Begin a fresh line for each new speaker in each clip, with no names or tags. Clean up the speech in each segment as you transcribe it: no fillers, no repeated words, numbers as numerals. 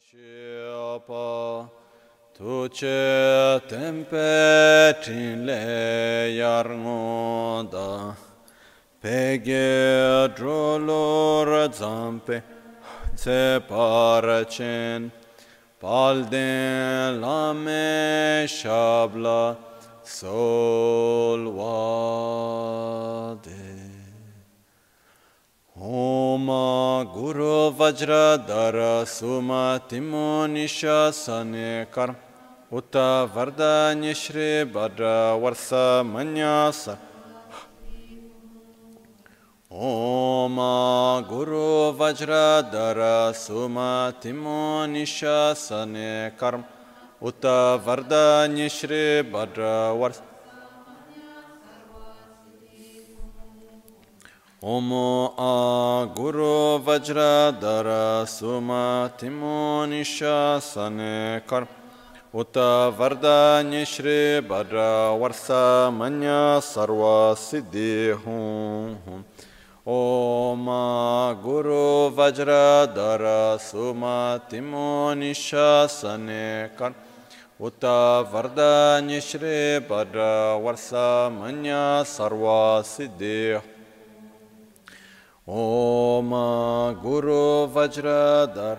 tuce tempe trinle yarngoda pege drolor zampe se paracen palden lame shabla solvade Oma Guru Vajradhara Suma Timo Nisha Sanekar Uta Vardanya Shri Bhadra Varsa Manyasa Oma Guru Vajradhara Suma Timo Nisha Sanekar Uta Vardanya Shri Bhadra Varsa Omo a Guru Vajradhara Suma Timo Nisha Sanekar Uta Vardanya Shri Bhadra Varsa Manya Sarva Siddhi Hum Om Guru Vajradhara Suma Timo Nisha Sanekar Uta Vardanya Shri Bhadra Varsa Manya Sarva Siddhi Om Guru Vajradhara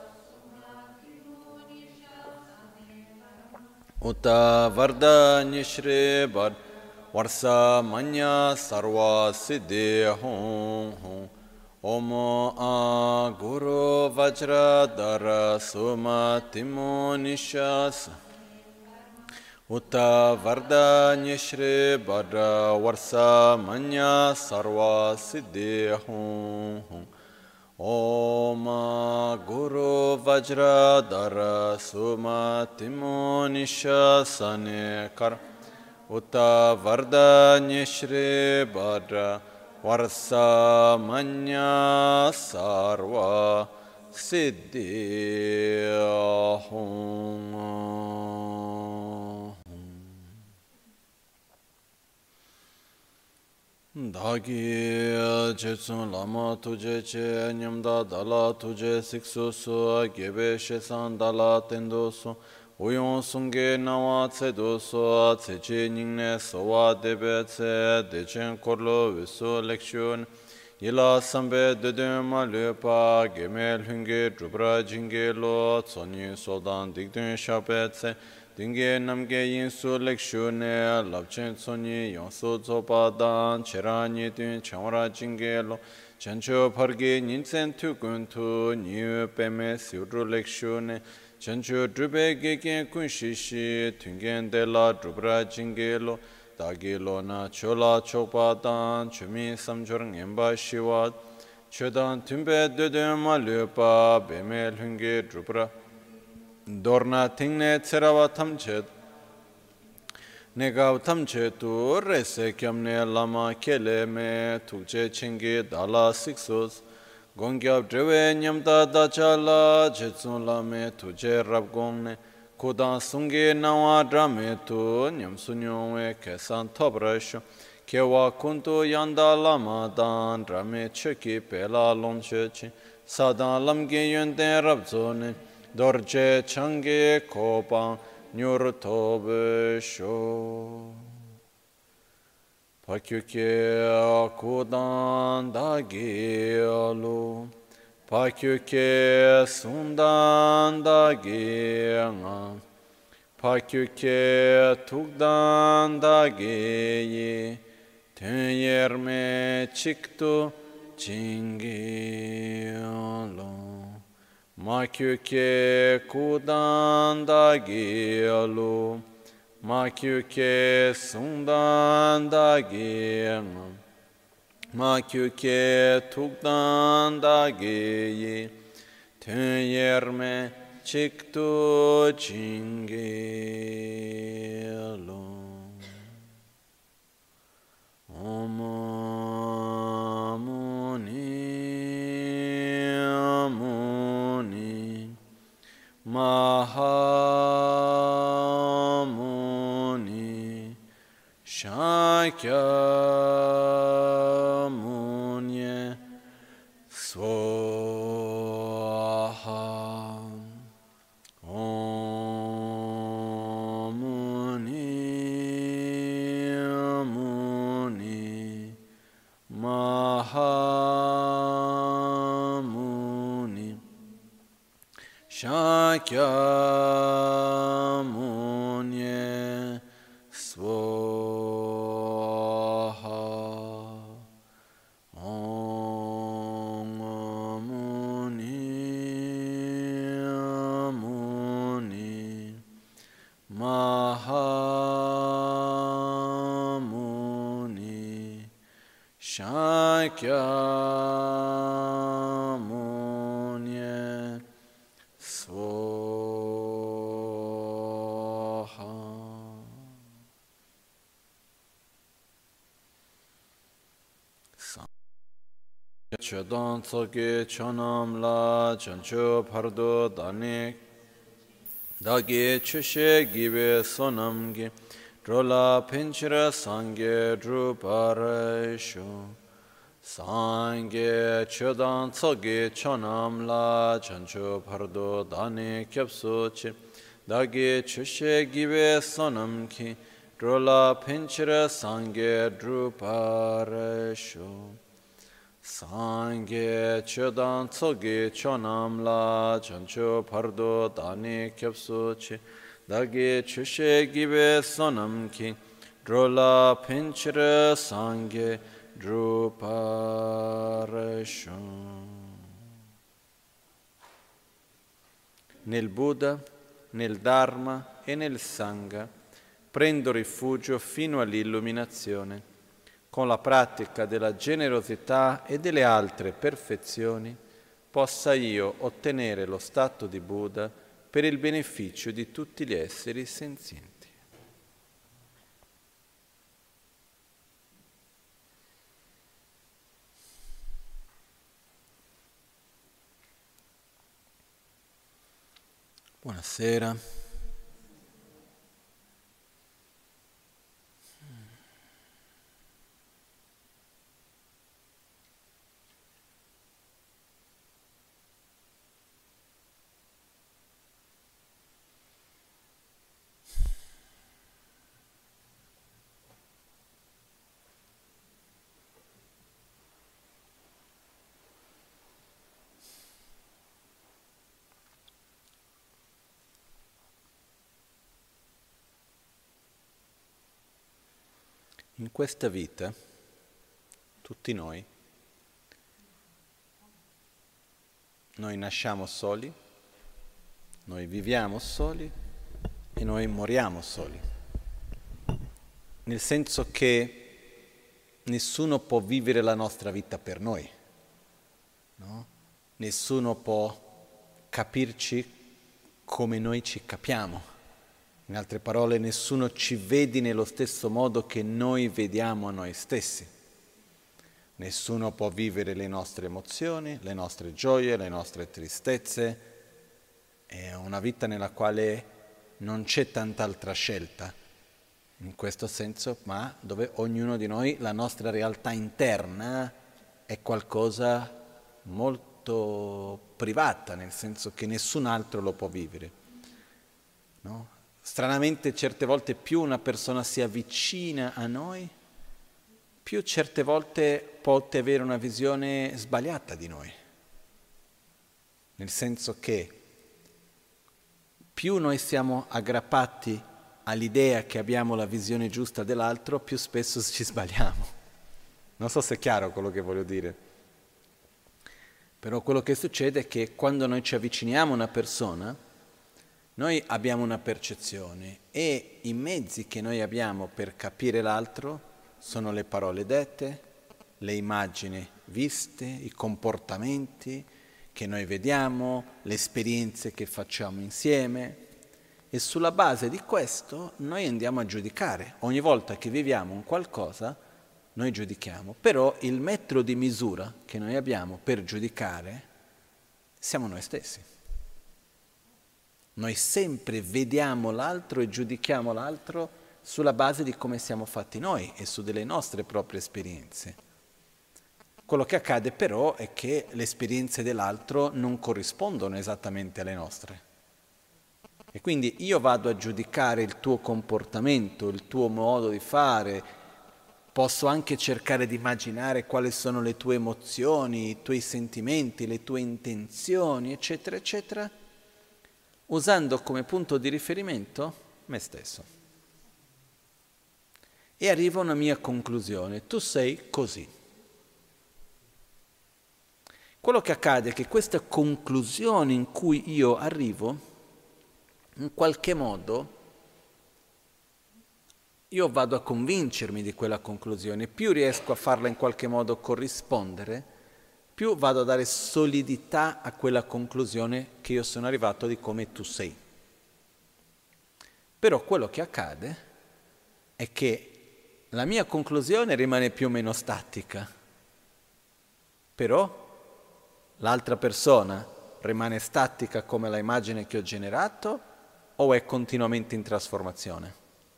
Uta Vardanya Shri Bhadra Varsa Manya Sarva Siddhi Hum Om Guru Vajradhara Suma Timo Nishas Uta Vardanya Shri Bhadra Varsa Manya Sarva Siddhi Hum Om Guru Vajradhara Suma Timo Nisha Sanekar Uta Vardanya Shri Bhadra Varsa Manya Sarva Siddhi Hum Dagi Jetsun Lama Tuje Che Nyamda Dala Tuje Siksu Su Gebe Shesan Dala Tendo Su Uyon Sunge Nawa Tsedo Su Tseche Nyingne Sowa Debe Tse Dechen Korlo Visu Lekshun Yila Sambe Dedema Lepa Gemel Hunge Drupra Jinge Lo Tsonyi Sodan Digdun Shape Tse Dinge namge yinsu lekshune labchen tsonyi yonsu zopadan cherani dun chanwara jinge lo chancho parge ninsen tukun tu niyu peme siudru lekshune chancho drube gegen kunshishi tungen de la drupra jinge lo dagi lo na chola chopadan chumi samjor ngemba shiwad chodan tumbe dudun malupa beme lunge drupra Dorna tingne tserawa tamchet Negav tamchet tu rese kyamne lama kele me tukche chingi dala siksus Gongyav drewe nyamda dachala jetsun lame tuje rabgongne Kudan sungi nawa drame tu nyamsunyongwe kesan tobrasho Kewa kuntu yanda lama dan drame cheki pela lomchechi Sadan lamge yonten rabzone Dorje change kopang nyur tobe sho Pakyuke kudan dagi alu Pakyuke sundan dagi nga Pakyuke tukdan dagi yi Tön yerme çıktı chingi alu Makyuke kudan dagi alu Makyuke sundan dagi Makyuke tukdan dagi Tön yerme çıktı chingi alu Om Mahamuni Shakyamuni Swaha Shakyamuni Swaha. Om Muni Mahamuni Shakyamuni Swaha. Chodon tsoge chonam la chancho pardo danik dagi chushe gibe sonamgi drola pinchira sangye druparesho sangye chodon tsoge chonam la chancho pardo danik kyapsochi dagi chushe gibe sonamgi drola pinchira sangye druparesho Sangye chodan tsoge chonam la chancho pardo dani kyapsochi dagi chushe gibe sonam ki drola pinchira sangye druparesho. Nel Buddha, nel Dharma e nel Sangha prendo rifugio fino all'illuminazione. Con la pratica della generosità e delle altre perfezioni, possa io ottenere lo stato di Buddha per il beneficio di tutti gli esseri senzienti. Buonasera. In questa vita, tutti noi nasciamo soli, noi viviamo soli e noi moriamo soli. Nel senso che nessuno può vivere la nostra vita per noi, no? Nessuno può capirci come noi ci capiamo. In altre parole, nessuno ci vede nello stesso modo che noi vediamo noi stessi. Nessuno può vivere le nostre emozioni, le nostre gioie, le nostre tristezze. È una vita nella quale non c'è tanta altra scelta, in questo senso, ma dove ognuno di noi, la nostra realtà interna è qualcosa molto privata, nel senso che nessun altro lo può vivere, no? Stranamente, certe volte più una persona si avvicina a noi, più certe volte può avere una visione sbagliata di noi. Nel senso che più noi siamo aggrappati all'idea che abbiamo la visione giusta dell'altro, più spesso ci sbagliamo. Non so se è chiaro quello che voglio dire. Però quello che succede è che quando noi ci avviciniamo a una persona, noi abbiamo una percezione e i mezzi che noi abbiamo per capire l'altro sono le parole dette, le immagini viste, i comportamenti che noi vediamo, le esperienze che facciamo insieme, e sulla base di questo noi andiamo a giudicare. Ogni volta che viviamo un qualcosa noi giudichiamo, però il metro di misura che noi abbiamo per giudicare siamo noi stessi. Noi sempre vediamo l'altro e giudichiamo l'altro sulla base di come siamo fatti noi e su delle nostre proprie esperienze. Quello che accade però è che le esperienze dell'altro non corrispondono esattamente alle nostre. E quindi io vado a giudicare il tuo comportamento, il tuo modo di fare, posso anche cercare di immaginare quali sono le tue emozioni, i tuoi sentimenti, le tue intenzioni, eccetera, eccetera.
usando come punto di riferimento me stesso. E arrivo a una mia conclusione: tu sei così. Quello che accade è che questa conclusione in cui io arrivo, in qualche modo, io vado a convincermi di quella conclusione. Più riesco a farla in qualche modo corrispondere, più vado a dare solidità a quella conclusione che io sono arrivato di come tu sei. Però quello che accade è che la mia conclusione rimane più o meno statica, però l'altra persona rimane statica come la immagine che ho generato o è continuamente in trasformazione?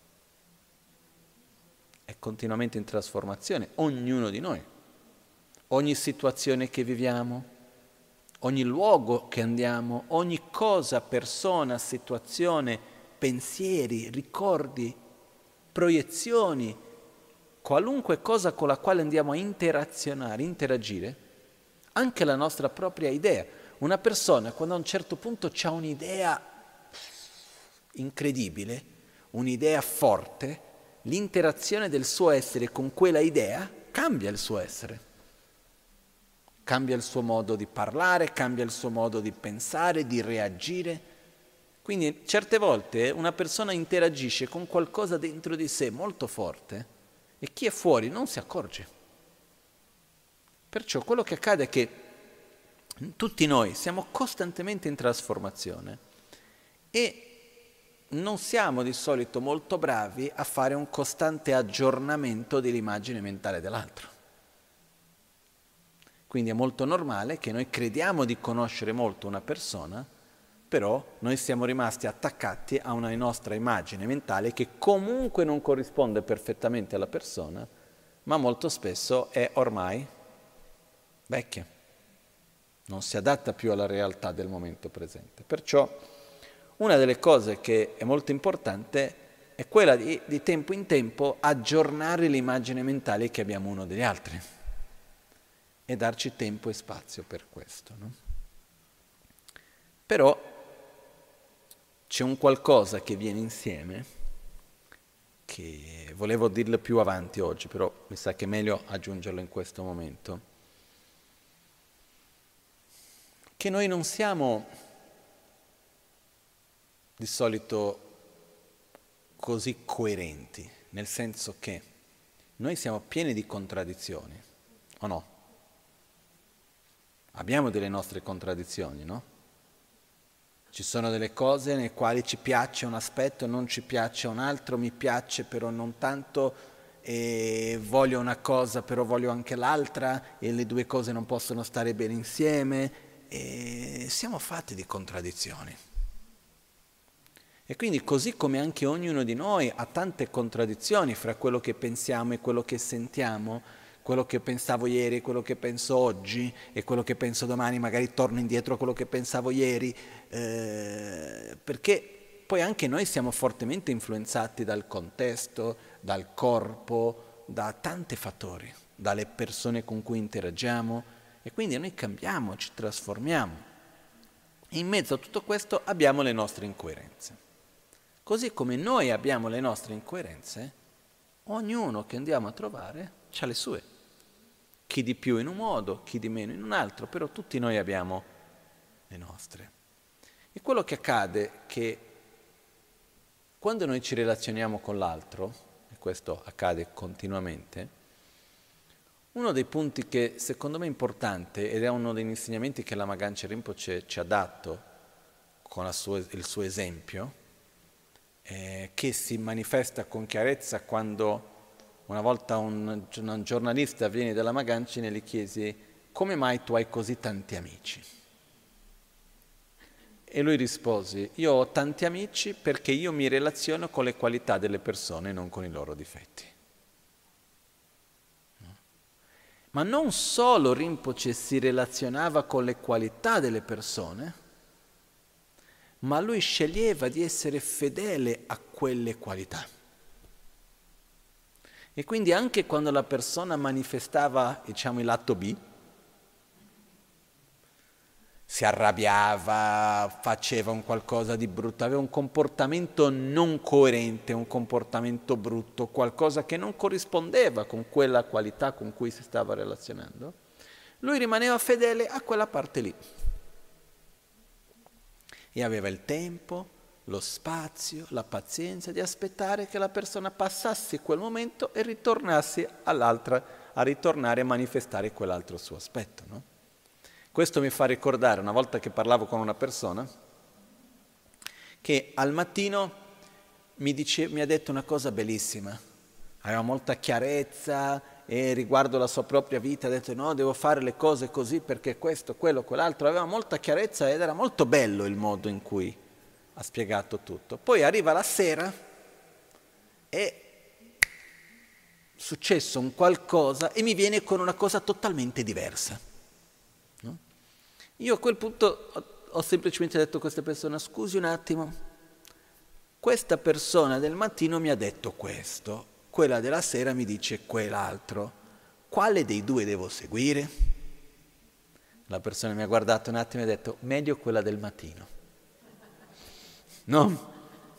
È continuamente in trasformazione, ognuno di noi. Ogni situazione che viviamo, ogni luogo che andiamo, ogni cosa, persona, situazione, pensieri, ricordi, proiezioni, qualunque cosa con la quale andiamo a interagire, anche la nostra propria idea. Una persona quando a un certo punto ha un'idea incredibile, un'idea forte, l'interazione del suo essere con quella idea cambia il suo essere. Cambia il suo modo di parlare, cambia il suo modo di pensare, di reagire. Quindi certe volte una persona interagisce con qualcosa dentro di sé molto forte e chi è fuori non si accorge. Perciò quello che accade è che tutti noi siamo costantemente in trasformazione e non siamo di solito molto bravi a fare un costante aggiornamento dell'immagine mentale dell'altro. Quindi è molto normale che noi crediamo di conoscere molto una persona, però noi siamo rimasti attaccati a una nostra immagine mentale che comunque non corrisponde perfettamente alla persona, ma molto spesso è ormai vecchia, non si adatta più alla realtà del momento presente. Perciò una delle cose che è molto importante è quella di tempo in tempo aggiornare l'immagine mentale che abbiamo uno degli altri e darci tempo e spazio per questo, no? Però c'è un qualcosa che viene insieme che volevo dirlo più avanti oggi, però mi sa che è meglio aggiungerlo in questo momento. Che noi non siamo di solito così coerenti, nel senso che noi siamo pieni di contraddizioni, o no? Abbiamo delle nostre contraddizioni, no? Ci sono delle cose nelle quali ci piace un aspetto, non ci piace un altro, mi piace però non tanto, e voglio una cosa però voglio anche l'altra, e le due cose non possono stare bene insieme. E siamo fatti di contraddizioni. E quindi così come anche ognuno di noi ha tante contraddizioni fra quello che pensiamo e quello che sentiamo, quello che pensavo ieri e quello che penso oggi e quello che penso domani, magari torno indietro a quello che pensavo ieri, perché poi anche noi siamo fortemente influenzati dal contesto, dal corpo, da tanti fattori, dalle persone con cui interagiamo. E quindi noi cambiamo, ci trasformiamo. E in mezzo a tutto questo abbiamo le nostre incoerenze. Così come noi abbiamo le nostre incoerenze, ognuno che andiamo a trovare ha le sue. Chi di più in un modo, chi di meno in un altro, però tutti noi abbiamo le nostre. E quello che accade è che quando noi ci relazioniamo con l'altro, e questo accade continuamente, uno dei punti che secondo me è importante, ed è uno degli insegnamenti che Lama Ganchen Rinpoche ci ha dato con il suo esempio, che si manifesta con chiarezza quando una volta un giornalista viene da Lama Ganchen e gli chiese: come mai tu hai così tanti amici? E lui rispose: io ho tanti amici perché io mi relaziono con le qualità delle persone, non con i loro difetti. Ma non solo Rinpoche si relazionava con le qualità delle persone, ma lui sceglieva di essere fedele a quelle qualità. E quindi anche quando la persona manifestava, diciamo, il lato B, si arrabbiava, faceva un qualcosa di brutto, aveva un comportamento non coerente, un comportamento brutto, qualcosa che non corrispondeva con quella qualità con cui si stava relazionando, lui rimaneva fedele a quella parte lì. E aveva il tempo, lo spazio, la pazienza di aspettare che la persona passasse quel momento e ritornasse a ritornare a manifestare quell'altro suo aspetto, no? Questo mi fa ricordare, una volta che parlavo con una persona, che al mattino mi ha detto una cosa bellissima, aveva molta chiarezza e riguardo la sua propria vita ha detto no, devo fare le cose così perché questo, quello, quell'altro, aveva molta chiarezza ed era molto bello il modo in cui ha spiegato tutto. Poi arriva la sera e è successo un qualcosa e mi viene con una cosa totalmente diversa. No? Io a quel punto ho semplicemente detto a questa persona, scusi un attimo, questa persona del mattino mi ha detto questo, quella della sera mi dice quell'altro, quale dei due devo seguire? La persona mi ha guardato un attimo e ha detto, meglio quella del mattino. No?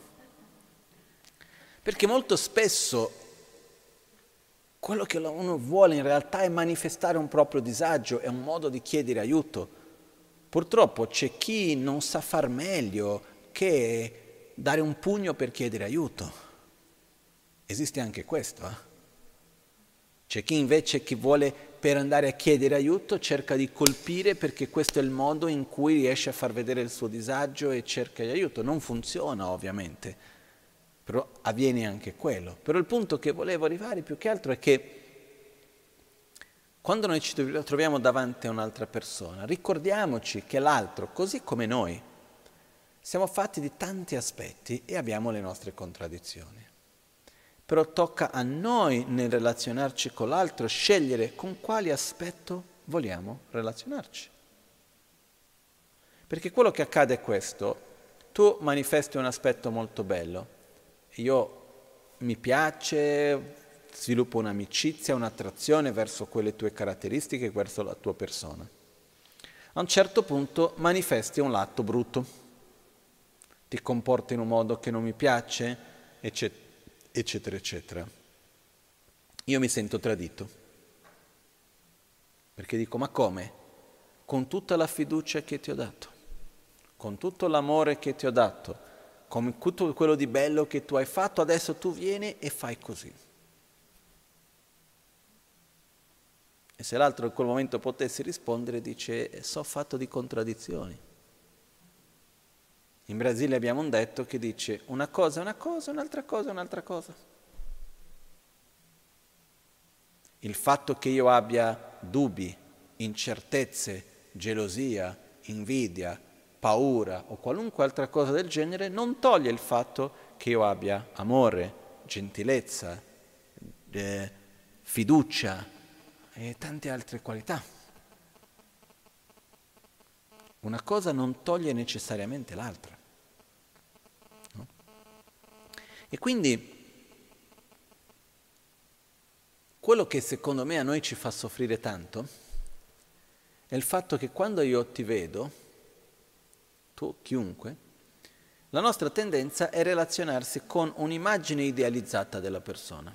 Perché molto spesso quello che uno vuole in realtà è manifestare un proprio disagio, è un modo di chiedere aiuto. Purtroppo c'è chi non sa far meglio che dare un pugno per chiedere aiuto. Esiste anche questo, C'è chi invece che vuole per andare a chiedere aiuto cerca di colpire perché questo è il modo in cui riesce a far vedere il suo disagio e cerca di aiuto. Non funziona ovviamente, però avviene anche quello. Però il punto che volevo arrivare più che altro è che quando noi ci troviamo davanti a un'altra persona, ricordiamoci che l'altro, così come noi, siamo fatti di tanti aspetti e abbiamo le nostre contraddizioni. Però tocca a noi nel relazionarci con l'altro scegliere con quale aspetto vogliamo relazionarci. Perché quello che accade è questo, tu manifesti un aspetto molto bello, io mi piace, sviluppo un'amicizia, un'attrazione verso quelle tue caratteristiche, verso la tua persona. A un certo punto manifesti un lato brutto, ti comporti in un modo che non mi piace, eccetera. Eccetera, eccetera. Io mi sento tradito, perché dico, ma come? Con tutta la fiducia che ti ho dato, con tutto l'amore che ti ho dato, con tutto quello di bello che tu hai fatto, adesso tu vieni e fai così. E se l'altro in quel momento potesse rispondere, dice, so fatto di contraddizioni. In Brasile abbiamo un detto che dice una cosa è una cosa, un'altra cosa è un'altra cosa. Il fatto che io abbia dubbi, incertezze, gelosia, invidia, paura o qualunque altra cosa del genere non toglie il fatto che io abbia amore, gentilezza, fiducia e tante altre qualità. Una cosa non toglie necessariamente l'altra. No? E quindi quello che secondo me a noi ci fa soffrire tanto è il fatto che quando io ti vedo, tu, chiunque, la nostra tendenza è relazionarsi con un'immagine idealizzata della persona.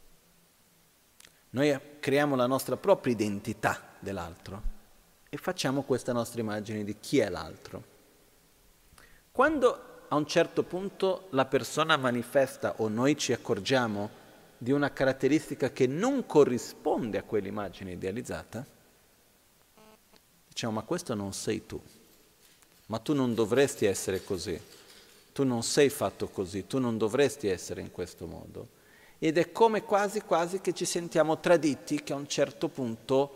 Noi creiamo la nostra propria identità dell'altro e facciamo questa nostra immagine di chi è l'altro. Quando a un certo punto la persona manifesta o noi ci accorgiamo di una caratteristica che non corrisponde a quell'immagine idealizzata, diciamo, ma questo non sei tu, ma tu non dovresti essere così, tu non sei fatto così, tu non dovresti essere in questo modo. Ed è come quasi quasi che ci sentiamo traditi, che a un certo punto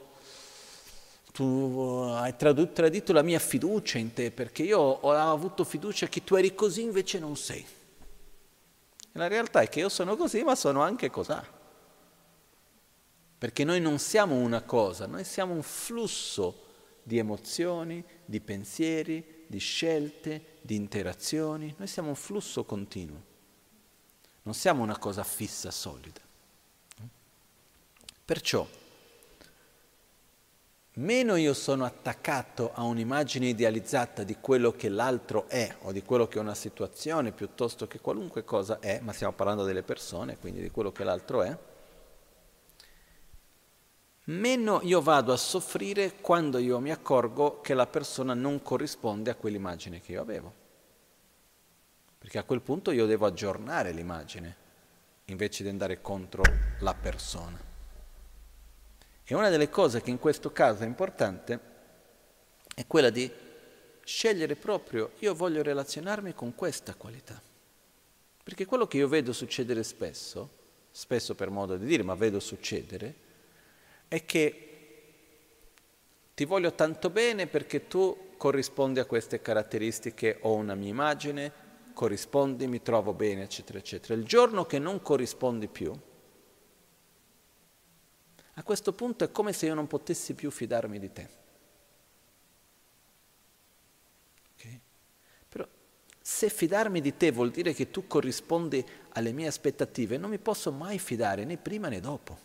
tu hai tradito la mia fiducia in te, perché io ho avuto fiducia che tu eri così, invece non sei. E la realtà è che io sono così, ma sono anche così. Perché noi non siamo una cosa, noi siamo un flusso di emozioni, di pensieri, di scelte, di interazioni. Noi siamo un flusso continuo. Non siamo una cosa fissa, solida. Perciò, meno io sono attaccato a un'immagine idealizzata di quello che l'altro è o di quello che una situazione piuttosto che qualunque cosa è, ma stiamo parlando delle persone, quindi di quello che l'altro è, meno io vado a soffrire quando io mi accorgo che la persona non corrisponde a quell'immagine che io avevo. Perché a quel punto io devo aggiornare l'immagine invece di andare contro la persona. E una delle cose che in questo caso è importante è quella di scegliere proprio, io voglio relazionarmi con questa qualità. Perché quello che io vedo succedere spesso per modo di dire, ma vedo succedere, è che ti voglio tanto bene perché tu corrispondi a queste caratteristiche, ho una mia immagine, corrispondi, mi trovo bene, eccetera, eccetera. Il giorno che non corrispondi più, a questo punto è come se io non potessi più fidarmi di te. Okay? Però se fidarmi di te vuol dire che tu corrispondi alle mie aspettative, non mi posso mai fidare né prima né dopo.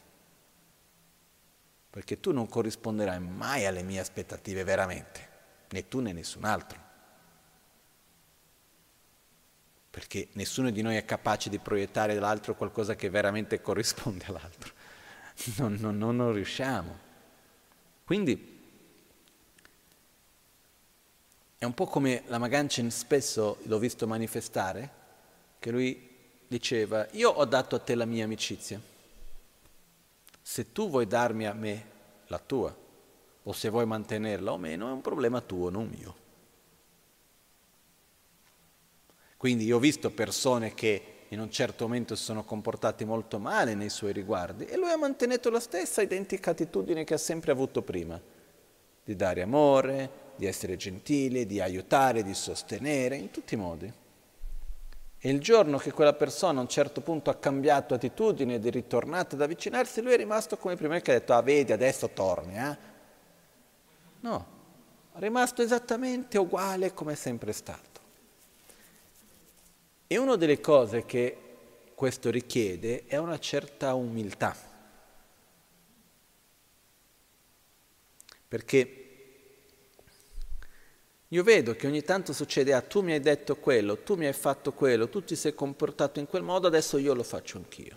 Perché tu non corrisponderai mai alle mie aspettative veramente, né tu né nessun altro. Perché nessuno di noi è capace di proiettare all'altro qualcosa che veramente corrisponde all'altro. Non riusciamo. Quindi è un po' come la Maganchen spesso l'ho visto manifestare, che lui diceva, io ho dato a te la mia amicizia, se tu vuoi darmi a me la tua, o se vuoi mantenerla o meno, è un problema tuo, non mio. Quindi io ho visto persone che in un certo momento si sono comportati molto male nei suoi riguardi e lui ha mantenuto la stessa identica attitudine che ha sempre avuto prima, di dare amore, di essere gentile, di aiutare, di sostenere, in tutti i modi. E il giorno che quella persona a un certo punto ha cambiato attitudine ed è ritornata ad avvicinarsi, lui è rimasto come prima che ha detto, vedi, adesso torni, No, è rimasto esattamente uguale come è sempre stato. E una delle cose che questo richiede è una certa umiltà. Perché io vedo che ogni tanto succede, tu mi hai detto quello, tu mi hai fatto quello, tu ti sei comportato in quel modo, adesso io lo faccio anch'io.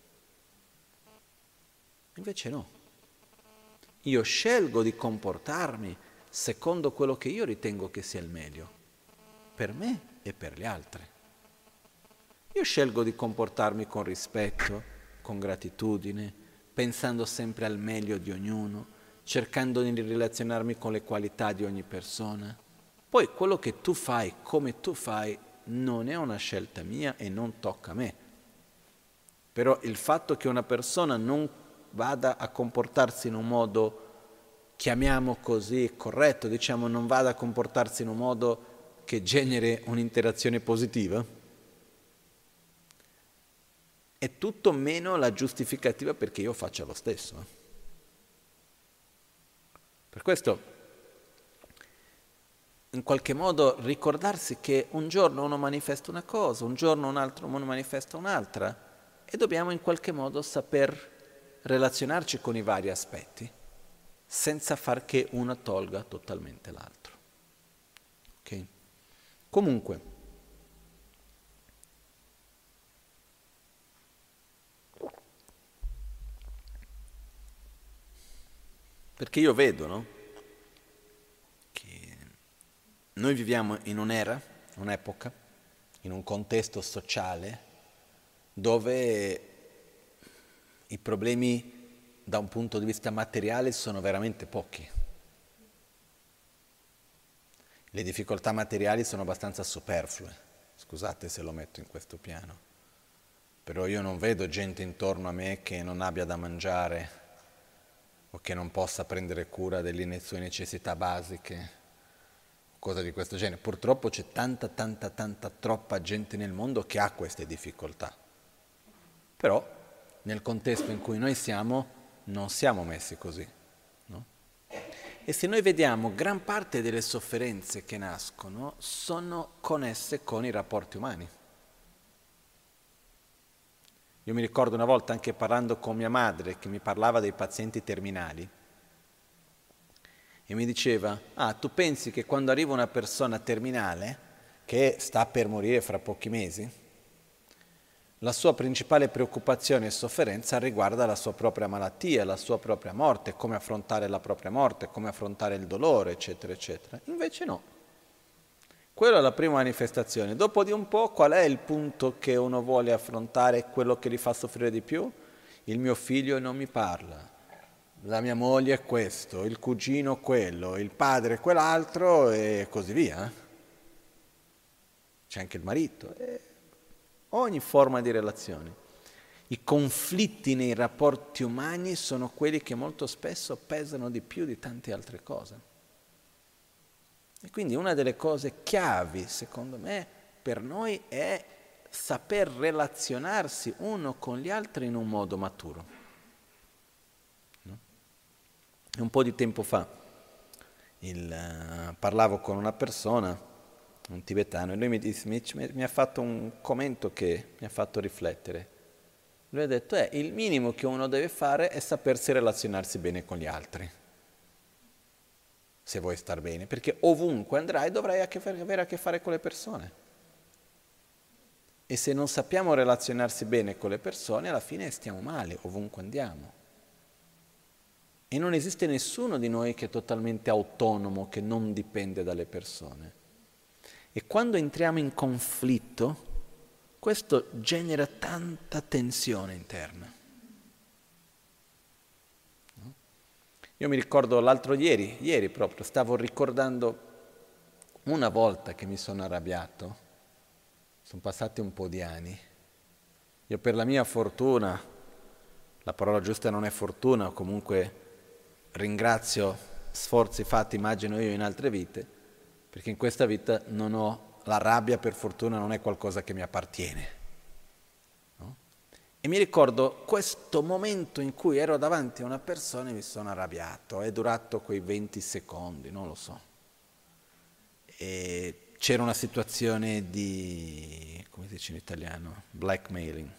Invece no. Io scelgo di comportarmi secondo quello che io ritengo che sia il meglio, per me e per gli altri. Io scelgo di comportarmi con rispetto, con gratitudine, pensando sempre al meglio di ognuno, cercando di relazionarmi con le qualità di ogni persona. Poi quello che tu fai, come tu fai, non è una scelta mia e non tocca a me. Però il fatto che una persona non vada a comportarsi in un modo, chiamiamo così, corretto, diciamo, non vada a comportarsi in un modo che generi un'interazione positiva, è tutto meno la giustificativa perché io faccia lo stesso. Per questo, in qualche modo, ricordarsi che un giorno uno manifesta una cosa, un giorno un altro uno manifesta un'altra, e dobbiamo in qualche modo saper relazionarci con i vari aspetti, senza far che uno tolga totalmente l'altro. Ok? Comunque, perché io vedo, no? Che noi viviamo in un'era, un'epoca, in un contesto sociale dove i problemi da un punto di vista materiale sono veramente pochi. Le difficoltà materiali sono abbastanza superflue, scusate se lo metto in questo piano, però io non vedo gente intorno a me che non abbia da mangiare o che non possa prendere cura delle sue necessità basiche, cose di questo genere. Purtroppo c'è tanta, troppa gente nel mondo che ha queste difficoltà. Però nel contesto in cui noi siamo, non siamo messi così, no? E se noi vediamo, gran parte delle sofferenze che nascono sono connesse con i rapporti umani. Io mi ricordo una volta anche parlando con mia madre che mi parlava dei pazienti terminali e mi diceva, tu pensi che quando arriva una persona terminale, che sta per morire fra pochi mesi, la sua principale preoccupazione e sofferenza riguarda la sua propria malattia, la sua propria morte, come affrontare la propria morte, come affrontare il dolore, eccetera, eccetera. Invece no. Quella è la prima manifestazione. Dopo di un po', qual è il punto che uno vuole affrontare, quello che gli fa soffrire di più? Il mio figlio non mi parla, la mia moglie è questo, il cugino quello, il padre quell'altro e così via. C'è anche il marito. Ogni forma di relazione. I conflitti nei rapporti umani sono quelli che molto spesso pesano di più di tante altre cose. E quindi una delle cose chiavi, secondo me, per noi è saper relazionarsi uno con gli altri in un modo maturo. No? Un po' di tempo fa parlavo con una persona, un tibetano, e lui mi ha fatto un commento che mi ha fatto riflettere. Lui ha detto, il minimo che uno deve fare è sapersi relazionarsi bene con gli altri, se vuoi star bene, perché ovunque andrai dovrai avere a che fare con le persone. E se non sappiamo relazionarsi bene con le persone, alla fine stiamo male, ovunque andiamo. E non esiste nessuno di noi che è totalmente autonomo, che non dipende dalle persone. E quando entriamo in conflitto, questo genera tanta tensione interna. No? Io mi ricordo ieri proprio, stavo ricordando una volta che mi sono arrabbiato, sono passati un po' di anni. Io per la mia fortuna, la parola giusta non è fortuna, comunque ringrazio sforzi fatti, immagino io, in altre vite, perché in questa vita non ho la rabbia, per fortuna non è qualcosa che mi appartiene. No? E mi ricordo questo momento in cui ero davanti a una persona e mi sono arrabbiato, è durato quei 20 secondi, non lo so. E c'era una situazione di, come si dice in italiano, blackmailing,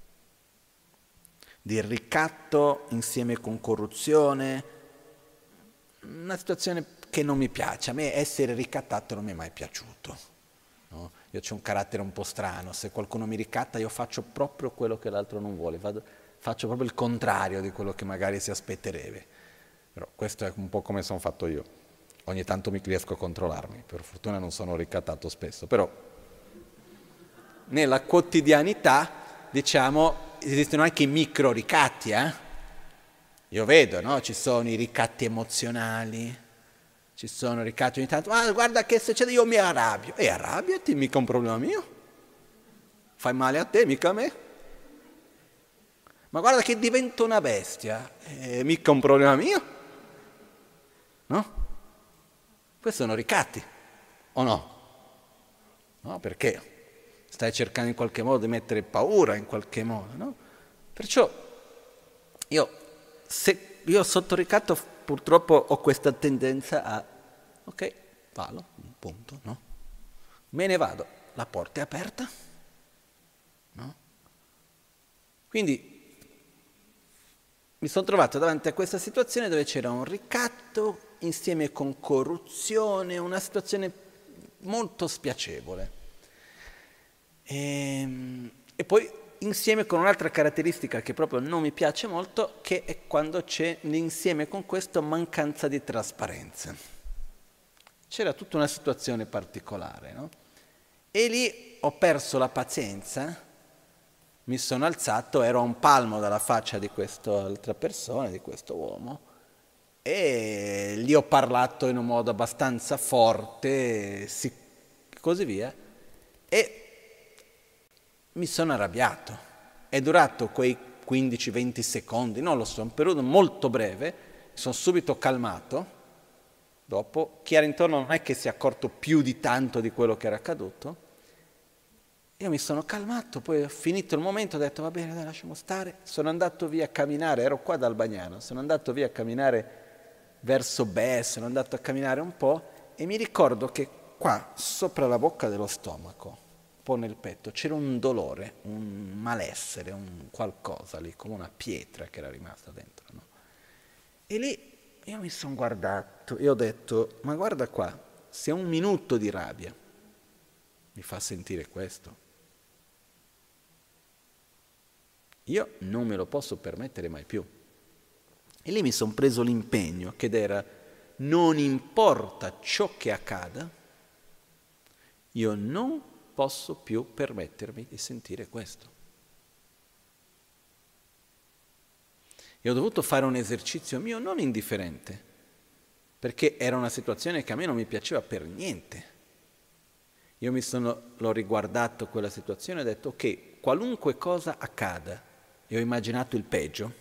di ricatto insieme con corruzione, una situazione che non mi piace. A me essere ricattato non mi è mai piaciuto. No? Io ho un carattere un po' strano, se qualcuno mi ricatta io faccio proprio quello che l'altro non vuole, faccio proprio il contrario di quello che magari si aspetterebbe. Però questo è un po' come sono fatto io. Ogni tanto mi riesco a controllarmi, per fortuna non sono ricattato spesso, però nella quotidianità, diciamo, esistono anche i micro ricatti, Io vedo, no? Ci sono i ricatti emozionali, ci sono ricatti ogni tanto, guarda che succede, io mi arrabbio. E arrabbiati, mica un problema mio. Fai male a te, mica a me. Ma guarda che divento una bestia, mica un problema mio. No? Questi sono ricatti, o no? No, perché? Stai cercando in qualche modo di mettere paura, in qualche modo, no? Perciò io sotto ricatto purtroppo ho questa tendenza a, ok, vado, punto, no? Me ne vado, la porta è aperta, no? Quindi mi sono trovato davanti a questa situazione dove c'era un ricatto insieme con corruzione, una situazione molto spiacevole. E poi insieme con un'altra caratteristica che proprio non mi piace molto, che è quando c'è insieme con questo mancanza di trasparenza. C'era tutta una situazione particolare, no? E lì ho perso la pazienza, mi sono alzato, ero a un palmo dalla faccia di quest'altra persona, di questo uomo, e gli ho parlato in un modo abbastanza forte, così via, e mi sono arrabbiato. È durato quei 15-20 secondi, non lo so, un periodo molto breve, mi sono subito calmato. Dopo, chi era intorno non è che si è accorto più di tanto di quello che era accaduto. Io mi sono calmato, poi ho finito il momento, ho detto va bene, dai, lasciamo stare. Sono andato via a camminare, ero qua dal Bagnano, sono andato via a camminare verso Bes, sono andato a camminare un po' e mi ricordo che qua, sopra la bocca dello stomaco, un po' nel petto, c'era un dolore, un malessere, un qualcosa lì, come una pietra che era rimasta dentro, no? E lì io mi sono guardato e ho detto, ma guarda qua, se un minuto di rabbia mi fa sentire questo, io non me lo posso permettere mai più. E lì mi sono preso l'impegno, che era, non importa ciò che accada, io non posso più permettermi di sentire questo. E ho dovuto fare un esercizio mio non indifferente, perché era una situazione che a me non mi piaceva per niente. Io l'ho riguardato quella situazione e ho detto, ok, qualunque cosa accada, e ho immaginato il peggio,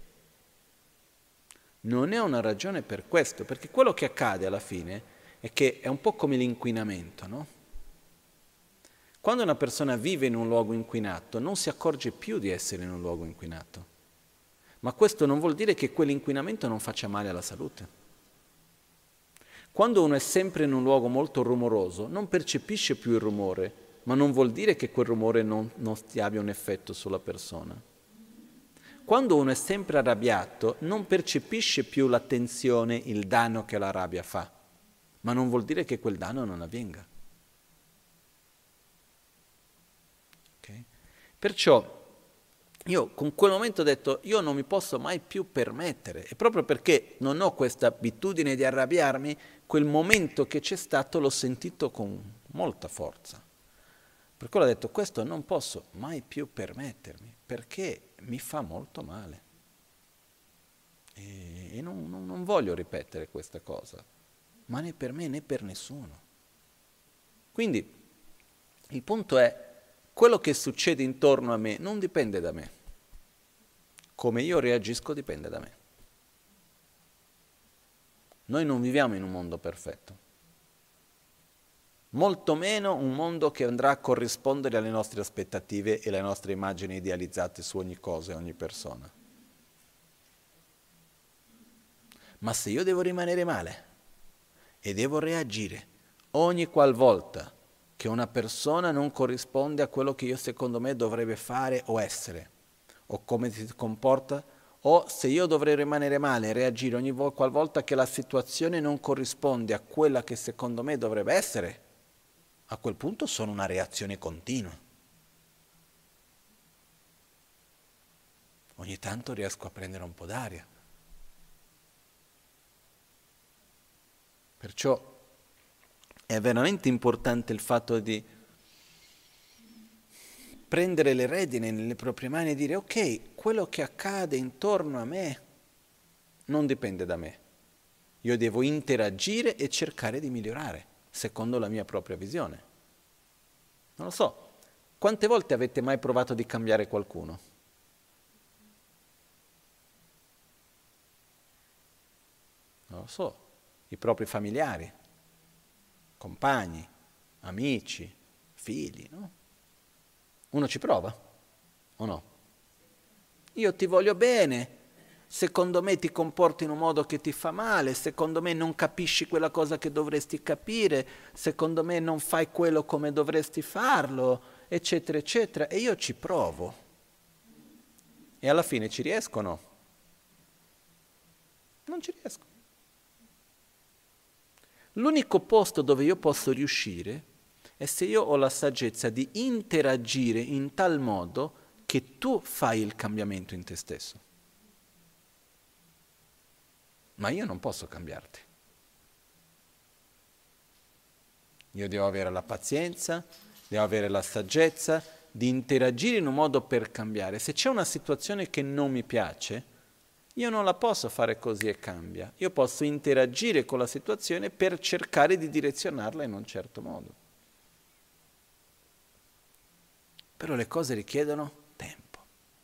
non è una ragione per questo, perché quello che accade alla fine è che è un po' come l'inquinamento, no? Quando una persona vive in un luogo inquinato non si accorge più di essere in un luogo inquinato, ma questo non vuol dire che quell'inquinamento non faccia male alla salute. Quando uno è sempre in un luogo molto rumoroso non percepisce più il rumore, ma non vuol dire che quel rumore non abbia un effetto sulla persona. Quando uno è sempre arrabbiato non percepisce più la tensione, il danno che la rabbia fa, ma non vuol dire che quel danno non avvenga. Okay? Perciò io con quel momento ho detto, io non mi posso mai più permettere, e proprio perché non ho questa abitudine di arrabbiarmi, quel momento che c'è stato l'ho sentito con molta forza. Per quello ho detto, questo non posso mai più permettermi, perché mi fa molto male. E non voglio ripetere questa cosa, ma né per me né per nessuno. Quindi il punto è, quello che succede intorno a me non dipende da me. Come io reagisco dipende da me. Noi non viviamo in un mondo perfetto. Molto meno un mondo che andrà a corrispondere alle nostre aspettative e alle nostre immagini idealizzate su ogni cosa e ogni persona. Ma se io devo rimanere male e devo reagire ogni qualvolta che una persona non corrisponde a quello che io secondo me dovrebbe fare o essere, o come si comporta, o se io dovrei rimanere male e reagire ogni qualvolta che la situazione non corrisponde a quella che secondo me dovrebbe essere, a quel punto sono una reazione continua. Ogni tanto riesco a prendere un po' d'aria. Perciò è veramente importante il fatto di prendere le redini nelle proprie mani e dire, ok, quello che accade intorno a me non dipende da me. Io devo interagire e cercare di migliorare, secondo la mia propria visione. Non lo so, quante volte avete mai provato di cambiare qualcuno? Non lo so, i propri familiari, compagni, amici, figli, no? Uno ci prova, o no? Io ti voglio bene, secondo me ti comporti in un modo che ti fa male, secondo me non capisci quella cosa che dovresti capire, secondo me non fai quello come dovresti farlo, eccetera, eccetera, e io ci provo. E alla fine ci riesco o no? Non ci riesco. L'unico posto dove io posso riuscire è se io ho la saggezza di interagire in tal modo che tu fai il cambiamento in te stesso. Ma io non posso cambiarti. Io devo avere la pazienza, devo avere la saggezza di interagire in un modo per cambiare. Se c'è una situazione che non mi piace, io non la posso fare così e cambia. Io posso interagire con la situazione per cercare di direzionarla in un certo modo. Però le cose richiedono tempo.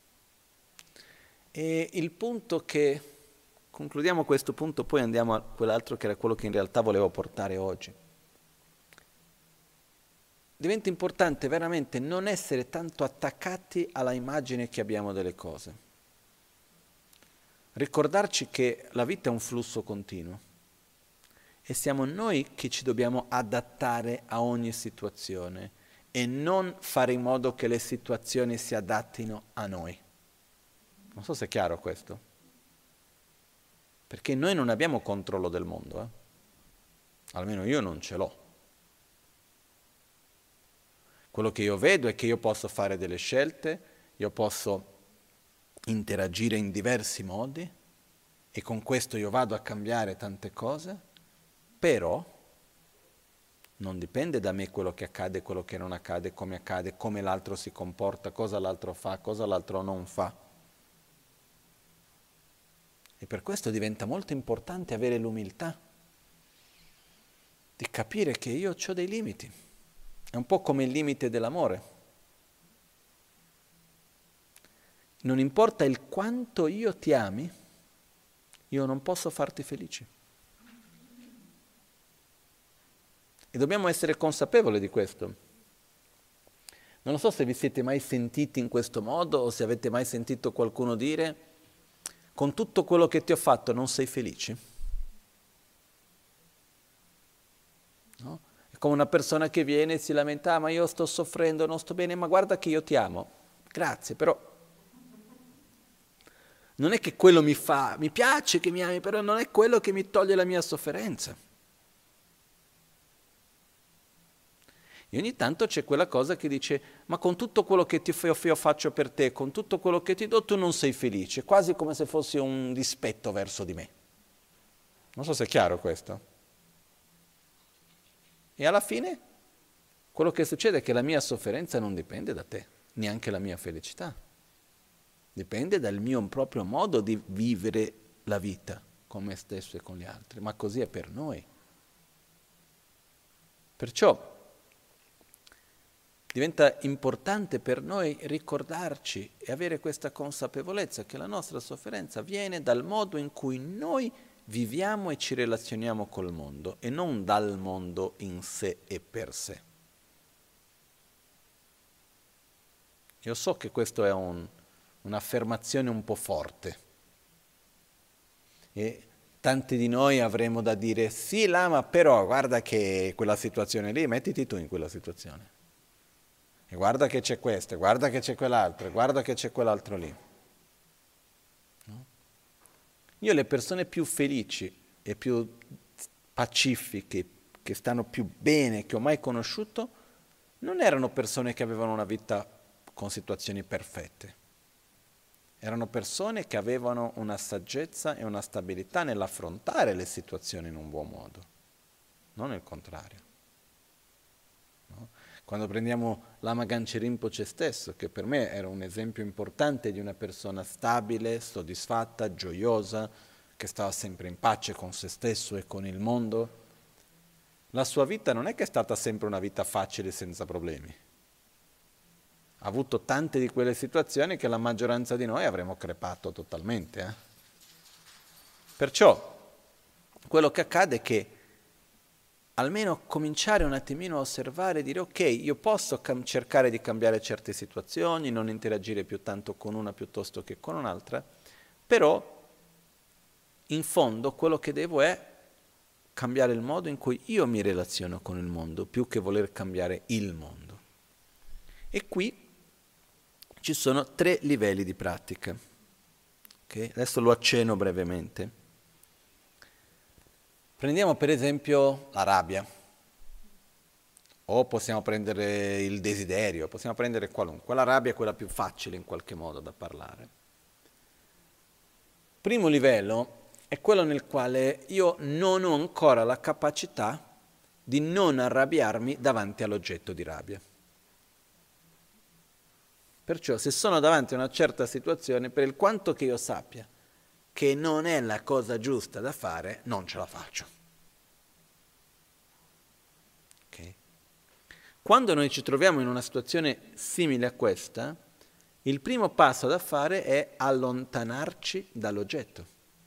E il punto che, concludiamo questo punto, poi andiamo a quell'altro che era quello che in realtà volevo portare oggi. Diventa importante veramente non essere tanto attaccati alla immagine che abbiamo delle cose. Ricordarci che la vita è un flusso continuo e siamo noi che ci dobbiamo adattare a ogni situazione e non fare in modo che le situazioni si adattino a noi. Non so se è chiaro questo. Perché noi non abbiamo controllo del mondo, almeno io non ce l'ho. Quello che io vedo è che io posso fare delle scelte, io posso interagire in diversi modi e con questo io vado a cambiare tante cose, però non dipende da me quello che accade, quello che non accade, come l'altro si comporta, cosa l'altro fa, cosa l'altro non fa. E per questo diventa molto importante avere l'umiltà di capire che io ho dei limiti. È un po' come il limite dell'amore. Non importa il quanto io ti ami, io non posso farti felice. E dobbiamo essere consapevoli di questo. Non so se vi siete mai sentiti in questo modo o se avete mai sentito qualcuno dire: con tutto quello che ti ho fatto non sei felice? No? È come una persona che viene e si lamenta: ma io sto soffrendo, non sto bene, ma guarda che io ti amo. Grazie, però non è che quello mi piace che mi ami, però non è quello che mi toglie la mia sofferenza. E ogni tanto c'è quella cosa che dice: ma con tutto quello che io faccio per te, con tutto quello che ti do, tu non sei felice, quasi come se fosse un dispetto verso di me. Non so se è chiaro questo. E alla fine quello che succede è che la mia sofferenza non dipende da te, neanche la mia felicità. Dipende dal mio proprio modo di vivere la vita con me stesso e con gli altri, ma così è per noi. Perciò diventa importante per noi ricordarci e avere questa consapevolezza che la nostra sofferenza viene dal modo in cui noi viviamo e ci relazioniamo col mondo e non dal mondo in sé e per sé. Io so che questo è un'affermazione un po' forte e tanti di noi avremo da dire: sì, Lama, però guarda che quella situazione lì, mettiti tu in quella situazione. E guarda che c'è questo, guarda che c'è quell'altro, guarda che c'è quell'altro lì. No? Io le persone più felici e più pacifiche, che stanno più bene, che ho mai conosciuto, non erano persone che avevano una vita con situazioni perfette. Erano persone che avevano una saggezza e una stabilità nell'affrontare le situazioni in un buon modo, non il contrario. No? Quando prendiamo Lama Ganchen Rinpoche stesso, che per me era un esempio importante di una persona stabile, soddisfatta, gioiosa, che stava sempre in pace con se stesso e con il mondo, la sua vita non è che è stata sempre una vita facile senza problemi. Ha avuto tante di quelle situazioni che la maggioranza di noi avremmo crepato totalmente. Perciò quello che accade è che almeno cominciare un attimino a osservare e dire: ok, io posso cercare di cambiare certe situazioni, non interagire più tanto con una piuttosto che con un'altra, però in fondo quello che devo è cambiare il modo in cui io mi relaziono con il mondo, più che voler cambiare il mondo. E qui ci sono 3 livelli di pratica. Okay? Adesso lo accenno brevemente. Prendiamo per esempio la rabbia, o possiamo prendere il desiderio, possiamo prendere qualunque. La rabbia è quella più facile in qualche modo da parlare. Primo livello è quello nel quale io non ho ancora la capacità di non arrabbiarmi davanti all'oggetto di rabbia. Perciò se sono davanti a una certa situazione, per il quanto che io sappia che non è la cosa giusta da fare, non ce la faccio. Okay? Quando noi ci troviamo in una situazione simile a questa, il primo passo da fare è allontanarci dall'oggetto.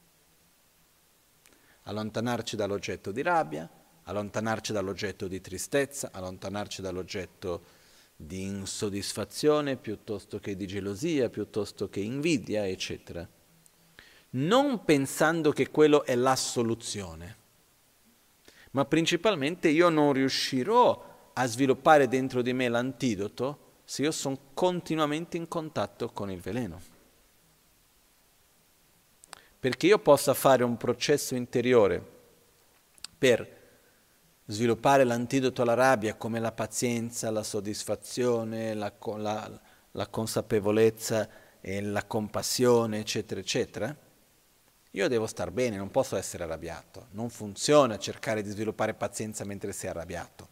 Allontanarci dall'oggetto di rabbia, allontanarci dall'oggetto di tristezza, allontanarci dall'oggetto di insoddisfazione piuttosto che di gelosia, piuttosto che invidia, eccetera. Non pensando che quello è la soluzione, ma principalmente io non riuscirò a sviluppare dentro di me l'antidoto se io sono continuamente in contatto con il veleno. perché io possa fare un processo interiore per sviluppare l'antidoto alla rabbia come la pazienza, la soddisfazione, la consapevolezza e la compassione, eccetera, eccetera, io devo star bene, non posso essere arrabbiato. Non funziona cercare di sviluppare pazienza mentre sei arrabbiato.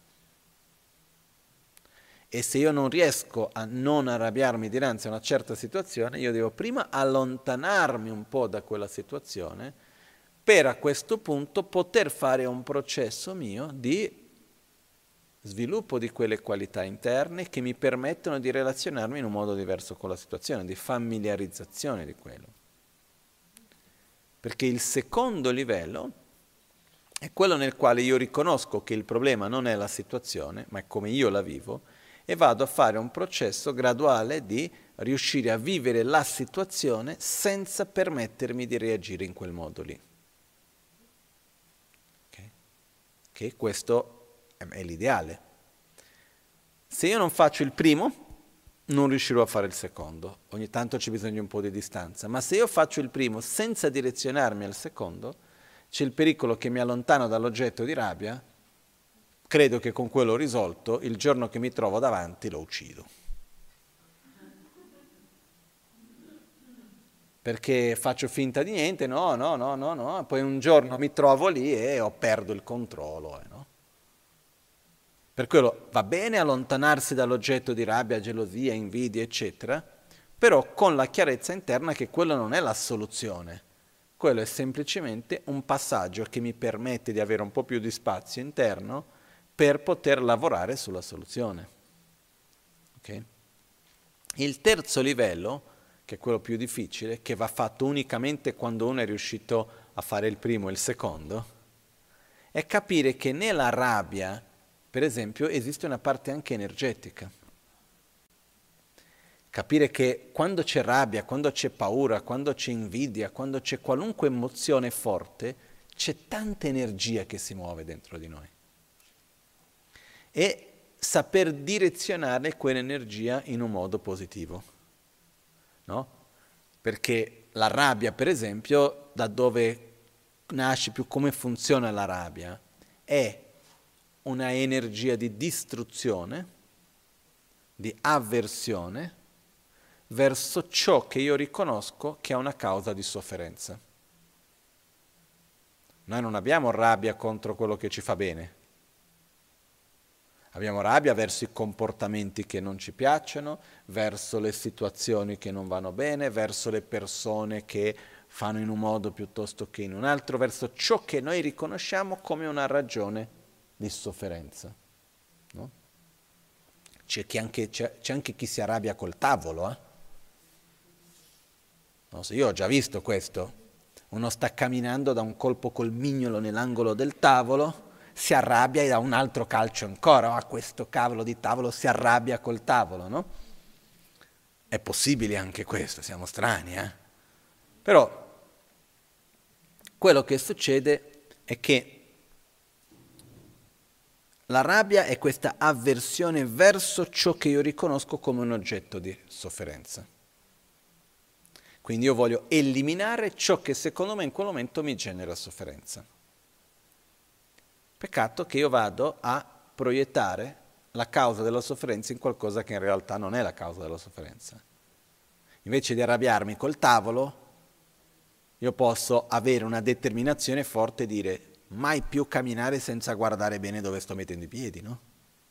E se io non riesco a non arrabbiarmi dinanzi a una certa situazione, io devo prima allontanarmi un po' da quella situazione per a questo punto poter fare un processo mio di sviluppo di quelle qualità interne che mi permettono di relazionarmi in un modo diverso con la situazione, di familiarizzazione di quello. Perché il secondo livello è quello nel quale io riconosco che il problema non è la situazione, ma è come io la vivo, e vado a fare un processo graduale di riuscire a vivere la situazione senza permettermi di reagire in quel modo lì. Okay? Che questo è l'ideale. Se io non faccio il primo, non riuscirò a fare il secondo. Ogni tanto c'è bisogno di un po' di distanza. Ma se io faccio il primo senza direzionarmi al secondo, c'è il pericolo che mi allontano dall'oggetto di rabbia, credo che con quello risolto, il giorno che mi trovo davanti lo uccido. Perché faccio finta di niente, no, poi un giorno mi trovo lì e perdo il controllo, no? Per quello va bene allontanarsi dall'oggetto di rabbia, gelosia, invidia, eccetera, però con la chiarezza interna che quello non è la soluzione. Quello è semplicemente un passaggio che mi permette di avere un po' più di spazio interno per poter lavorare sulla soluzione. Okay? Il terzo livello, che è quello più difficile, che va fatto unicamente quando uno è riuscito a fare il primo e il secondo, è capire che nella rabbia, per esempio, esiste una parte anche energetica. Capire che quando c'è rabbia, quando c'è paura, quando c'è invidia, quando c'è qualunque emozione forte, c'è tanta energia che si muove dentro di noi. E saper direzionare quell'energia in un modo positivo. No? Perché la rabbia, per esempio, da dove nasce più come funziona la rabbia, è una energia di distruzione, di avversione, verso ciò che io riconosco che è una causa di sofferenza. Noi non abbiamo rabbia contro quello che ci fa bene. Abbiamo rabbia verso i comportamenti che non ci piacciono, verso le situazioni che non vanno bene, verso le persone che fanno in un modo piuttosto che in un altro, verso ciò che noi riconosciamo come una ragione di sofferenza. No? C'è anche chi si arrabbia col tavolo. No, io ho già visto questo. Uno sta camminando, da un colpo col mignolo nell'angolo del tavolo, si arrabbia e dà un altro calcio ancora. Questo cavolo di tavolo si arrabbia col tavolo, no? È possibile anche questo, siamo strani, Però quello che succede è che la rabbia è questa avversione verso ciò che io riconosco come un oggetto di sofferenza. Quindi io voglio eliminare ciò che secondo me in quel momento mi genera sofferenza. Peccato che io vado a proiettare la causa della sofferenza in qualcosa che in realtà non è la causa della sofferenza. Invece di arrabbiarmi col tavolo, io posso avere una determinazione forte e dire mai più camminare senza guardare bene dove sto mettendo i piedi, no?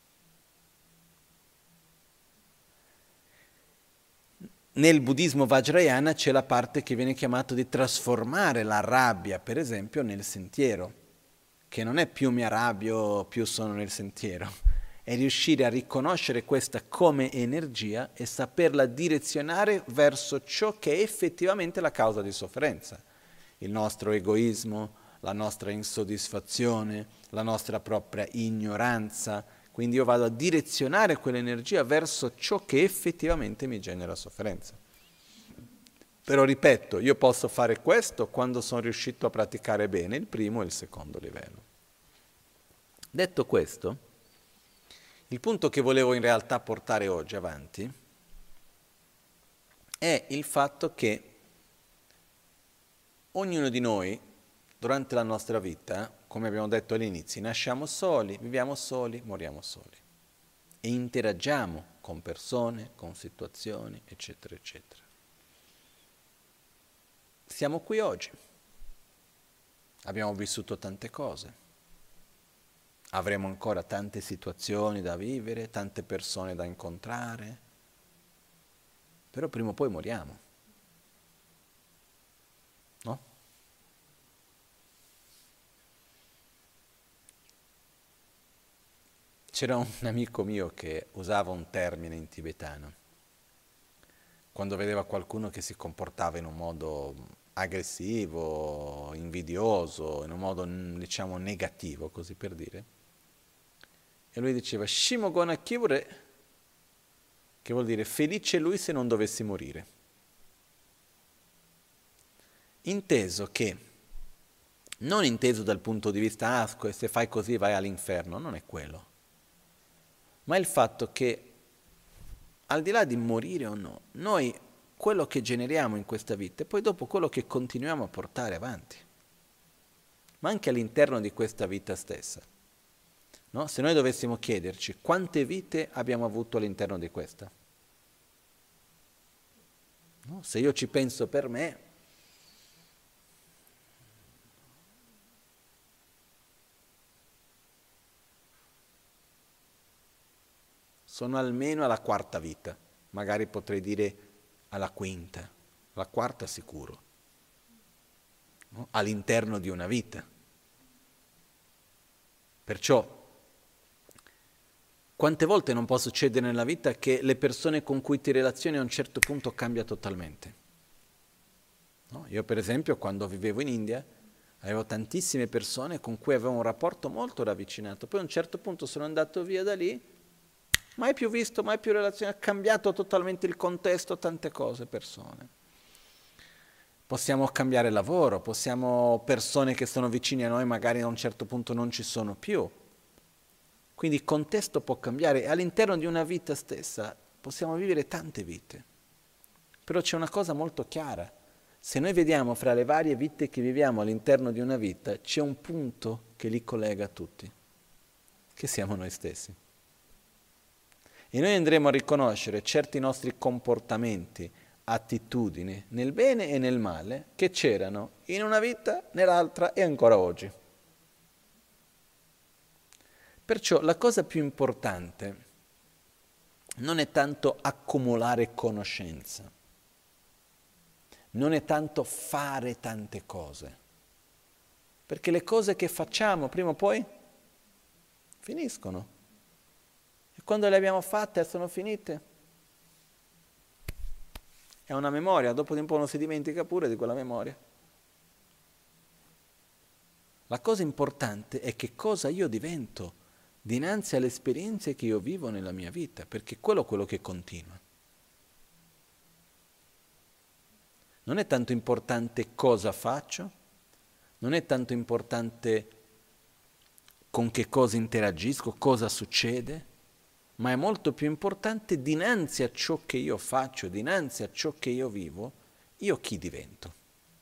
Nel buddismo vajrayana c'è la parte che viene chiamata di trasformare la rabbia, per esempio, nel sentiero, che non è più mi arrabbio, più sono nel sentiero, è riuscire a riconoscere questa come energia e saperla direzionare verso ciò che è effettivamente la causa di sofferenza, il nostro egoismo, la nostra insoddisfazione, la nostra propria ignoranza. Quindi io vado a direzionare quell'energia verso ciò che effettivamente mi genera sofferenza. Però ripeto, io posso fare questo quando sono riuscito a praticare bene il primo e il secondo livello. Detto questo, il punto che volevo in realtà portare oggi avanti è il fatto che Ognuno di noi, durante la nostra vita, come abbiamo detto all'inizio, nasciamo soli, viviamo soli, moriamo soli. E interagiamo con persone, con situazioni, eccetera, eccetera. Siamo qui oggi. Abbiamo vissuto tante cose. Avremo ancora tante situazioni da vivere, tante persone da incontrare. Però prima o poi moriamo. No? C'era un amico mio che usava un termine in tibetano. Quando vedeva qualcuno che si comportava in un modo aggressivo, invidioso, in un modo, diciamo, negativo, così per dire. E lui diceva, Shimogona Kibure, che vuol dire felice lui se non dovessi morire. Inteso che, non inteso dal punto di vista asco e se fai così vai all'inferno, non è quello. Ma il fatto che, al di là di morire o no, noi quello che generiamo in questa vita e poi dopo quello che continuiamo a portare avanti, ma anche all'interno di questa vita stessa. No? Se noi dovessimo chiederci quante vite abbiamo avuto all'interno di questa, no? Se io ci penso per me, sono almeno alla quarta vita, magari potrei dire alla quinta, la quarta sicuro, no? All'interno di una vita. Perciò, quante volte non può succedere nella vita che le persone con cui ti relazioni a un certo punto cambia totalmente? No? Io per esempio quando vivevo in India avevo tantissime persone con cui avevo un rapporto molto ravvicinato, poi a un certo punto sono andato via da lì, mai più visto, mai più relazionato, ha cambiato totalmente il contesto, tante cose, persone. Possiamo cambiare lavoro, persone che sono vicine a noi magari a un certo punto non ci sono più. Quindi il contesto può cambiare e all'interno di una vita stessa possiamo vivere tante vite. Però c'è una cosa molto chiara. Se noi vediamo fra le varie vite che viviamo all'interno di una vita, c'è un punto che li collega a tutti, che siamo noi stessi. E noi andremo a riconoscere certi nostri comportamenti, attitudini, nel bene e nel male, che c'erano in una vita, nell'altra e ancora oggi. Perciò la cosa più importante non è tanto accumulare conoscenza, non è tanto fare tante cose, perché le cose che facciamo prima o poi finiscono. E quando le abbiamo fatte e sono finite, è una memoria, dopo di un po' uno si dimentica pure di quella memoria. La cosa importante è che cosa io divento dinanzi alle esperienze che io vivo nella mia vita, perché quello è quello che continua. Non è tanto importante cosa faccio, non è tanto importante con che cosa interagisco, cosa succede, ma è molto più importante dinanzi a ciò che io faccio, dinanzi a ciò che io vivo, io chi divento.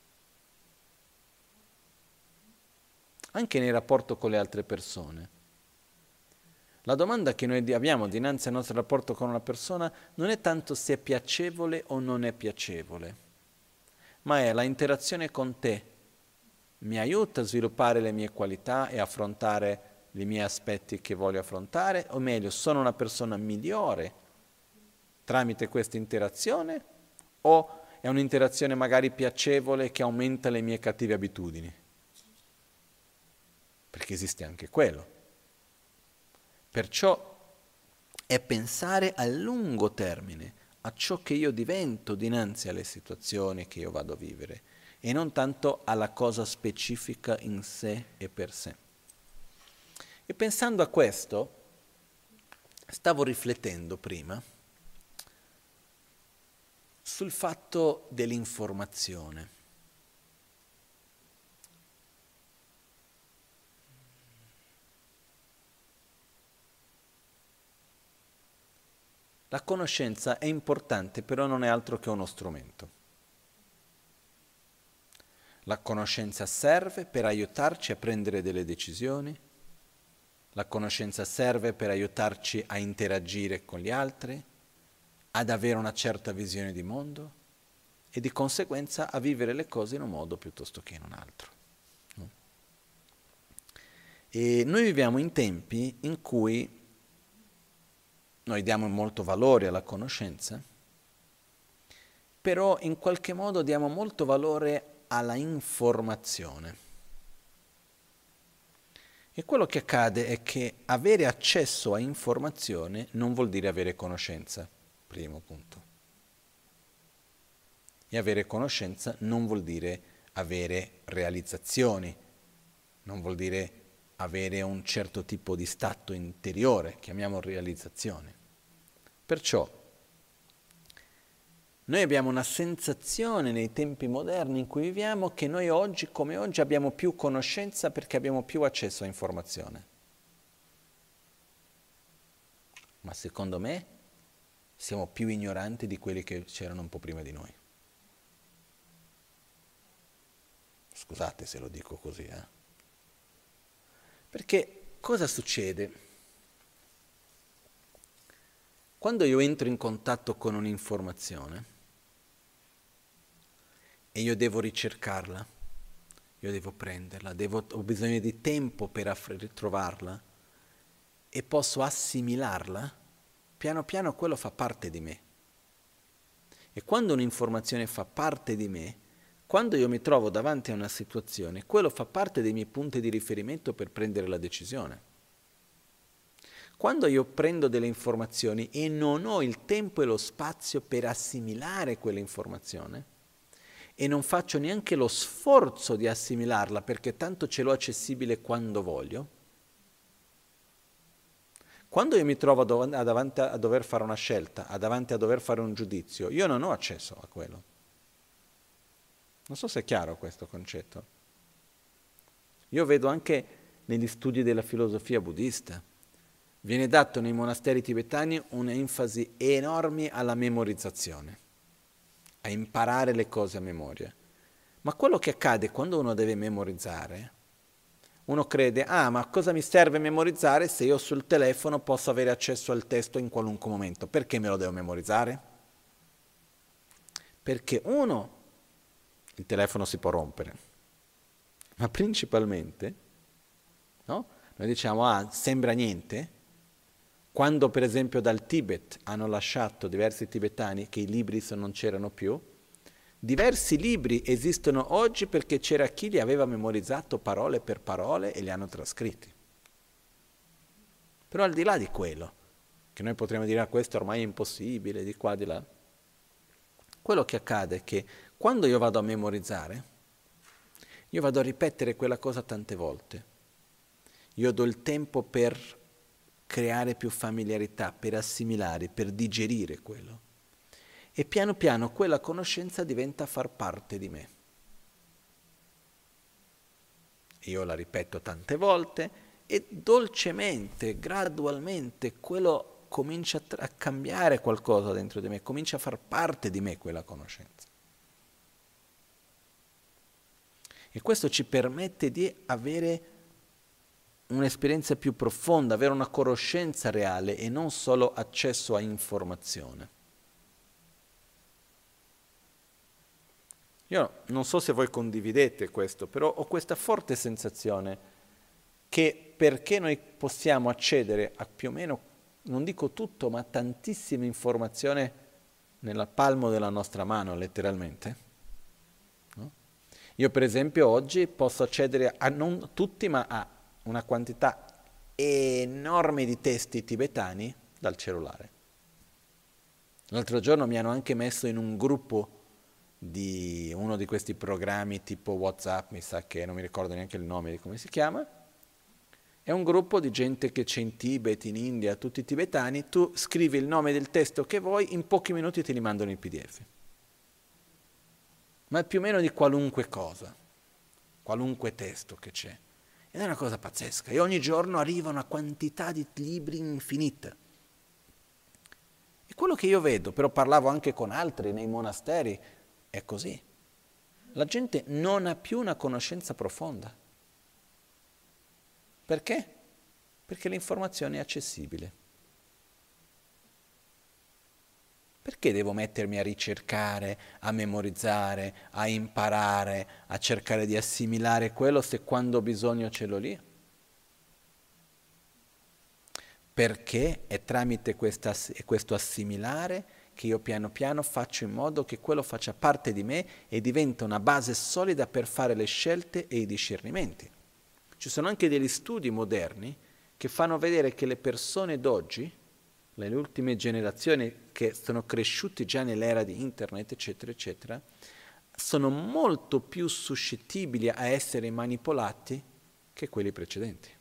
Anche nel rapporto con le altre persone. La domanda che noi abbiamo dinanzi al nostro rapporto con una persona non è tanto se è piacevole o non è piacevole, ma è la interazione con te. Mi aiuta a sviluppare le mie qualità e affrontare i miei aspetti che voglio affrontare, o meglio, sono una persona migliore tramite questa interazione o è un'interazione magari piacevole che aumenta le mie cattive abitudini? Perché esiste anche quello. Perciò è pensare a lungo termine a ciò che io divento dinanzi alle situazioni che io vado a vivere e non tanto alla cosa specifica in sé e per sé. E pensando a questo, stavo riflettendo prima sul fatto dell'informazione. La conoscenza è importante, però non è altro che uno strumento. La conoscenza serve per aiutarci a prendere delle decisioni, la conoscenza serve per aiutarci a interagire con gli altri, ad avere una certa visione di mondo e di conseguenza a vivere le cose in un modo piuttosto che in un altro. E noi viviamo in tempi in cui noi diamo molto valore alla conoscenza, però in qualche modo diamo molto valore alla informazione. E quello che accade è che avere accesso a informazione non vuol dire avere conoscenza, primo punto. E avere conoscenza non vuol dire avere realizzazioni, non vuol dire avere un certo tipo di stato interiore, chiamiamo realizzazione. Perciò noi abbiamo una sensazione nei tempi moderni in cui viviamo che noi oggi, come oggi, abbiamo più conoscenza perché abbiamo più accesso a informazione. Ma secondo me siamo più ignoranti di quelli che c'erano un po' prima di noi. Scusate se lo dico così, Perché cosa succede? Quando io entro in contatto con un'informazione e io devo ricercarla, io devo prenderla, ho bisogno di tempo per ritrovarla e posso assimilarla, piano piano quello fa parte di me. E quando un'informazione fa parte di me, quando io mi trovo davanti a una situazione, quello fa parte dei miei punti di riferimento per prendere la decisione. Quando io prendo delle informazioni e non ho il tempo e lo spazio per assimilare quell'informazione e non faccio neanche lo sforzo di assimilarla perché tanto ce l'ho accessibile quando voglio, quando io mi trovo davanti a dover fare una scelta, davanti a dover fare un giudizio, io non ho accesso a quello. Non so se è chiaro questo concetto. Io vedo anche negli studi della filosofia buddista, viene dato nei monasteri tibetani un'enfasi enorme alla memorizzazione, a imparare le cose a memoria. Ma quello che accade quando uno deve memorizzare, uno crede, ma cosa mi serve memorizzare se io sul telefono posso avere accesso al testo in qualunque momento? Perché me lo devo memorizzare? Perché uno, il telefono si può rompere, ma principalmente, no? Noi diciamo, sembra niente. Quando per esempio dal Tibet hanno lasciato diversi tibetani che i libri non c'erano più, diversi libri esistono oggi perché c'era chi li aveva memorizzato parole per parole e li hanno trascritti. Però al di là di quello, che noi potremmo dire questo ormai è impossibile, di qua, di là, quello che accade è che quando io vado a memorizzare, io vado a ripetere quella cosa tante volte. Io do il tempo per creare più familiarità, per assimilare, per digerire quello. E piano piano quella conoscenza diventa far parte di me. Io la ripeto tante volte e dolcemente, gradualmente, quello comincia a cambiare qualcosa dentro di me, comincia a far parte di me quella conoscenza. E questo ci permette di avere un'esperienza più profonda, avere una conoscenza reale e non solo accesso a informazione. Io non so se voi condividete questo, però ho questa forte sensazione che perché noi possiamo accedere a più o meno, non dico tutto, ma tantissime informazioni nella palmo della nostra mano, letteralmente. No? Io per esempio oggi posso accedere a non tutti, ma a una quantità enorme di testi tibetani dal cellulare. L'altro giorno mi hanno anche messo in un gruppo di uno di questi programmi tipo WhatsApp, mi sa che non mi ricordo neanche il nome di come si chiama. È un gruppo di gente che c'è in Tibet, in India, tutti tibetani. Tu scrivi il nome del testo che vuoi, in pochi minuti ti li mandano in PDF. Ma è più o meno di qualunque cosa, qualunque testo che c'è. Ed è una cosa pazzesca. E ogni giorno arriva una quantità di libri infinita. E quello che io vedo, però parlavo anche con altri nei monasteri, è così. La gente non ha più una conoscenza profonda. Perché? Perché l'informazione è accessibile. Perché devo mettermi a ricercare, a memorizzare, a imparare, a cercare di assimilare quello se quando ho bisogno ce l'ho lì? Perché è tramite questo assimilare che io piano piano faccio in modo che quello faccia parte di me e diventa una base solida per fare le scelte e i discernimenti. Ci sono anche degli studi moderni che fanno vedere che le persone d'oggi, le ultime generazioni che sono cresciute già nell'era di internet, eccetera, eccetera, sono molto più suscettibili a essere manipolati che quelli precedenti.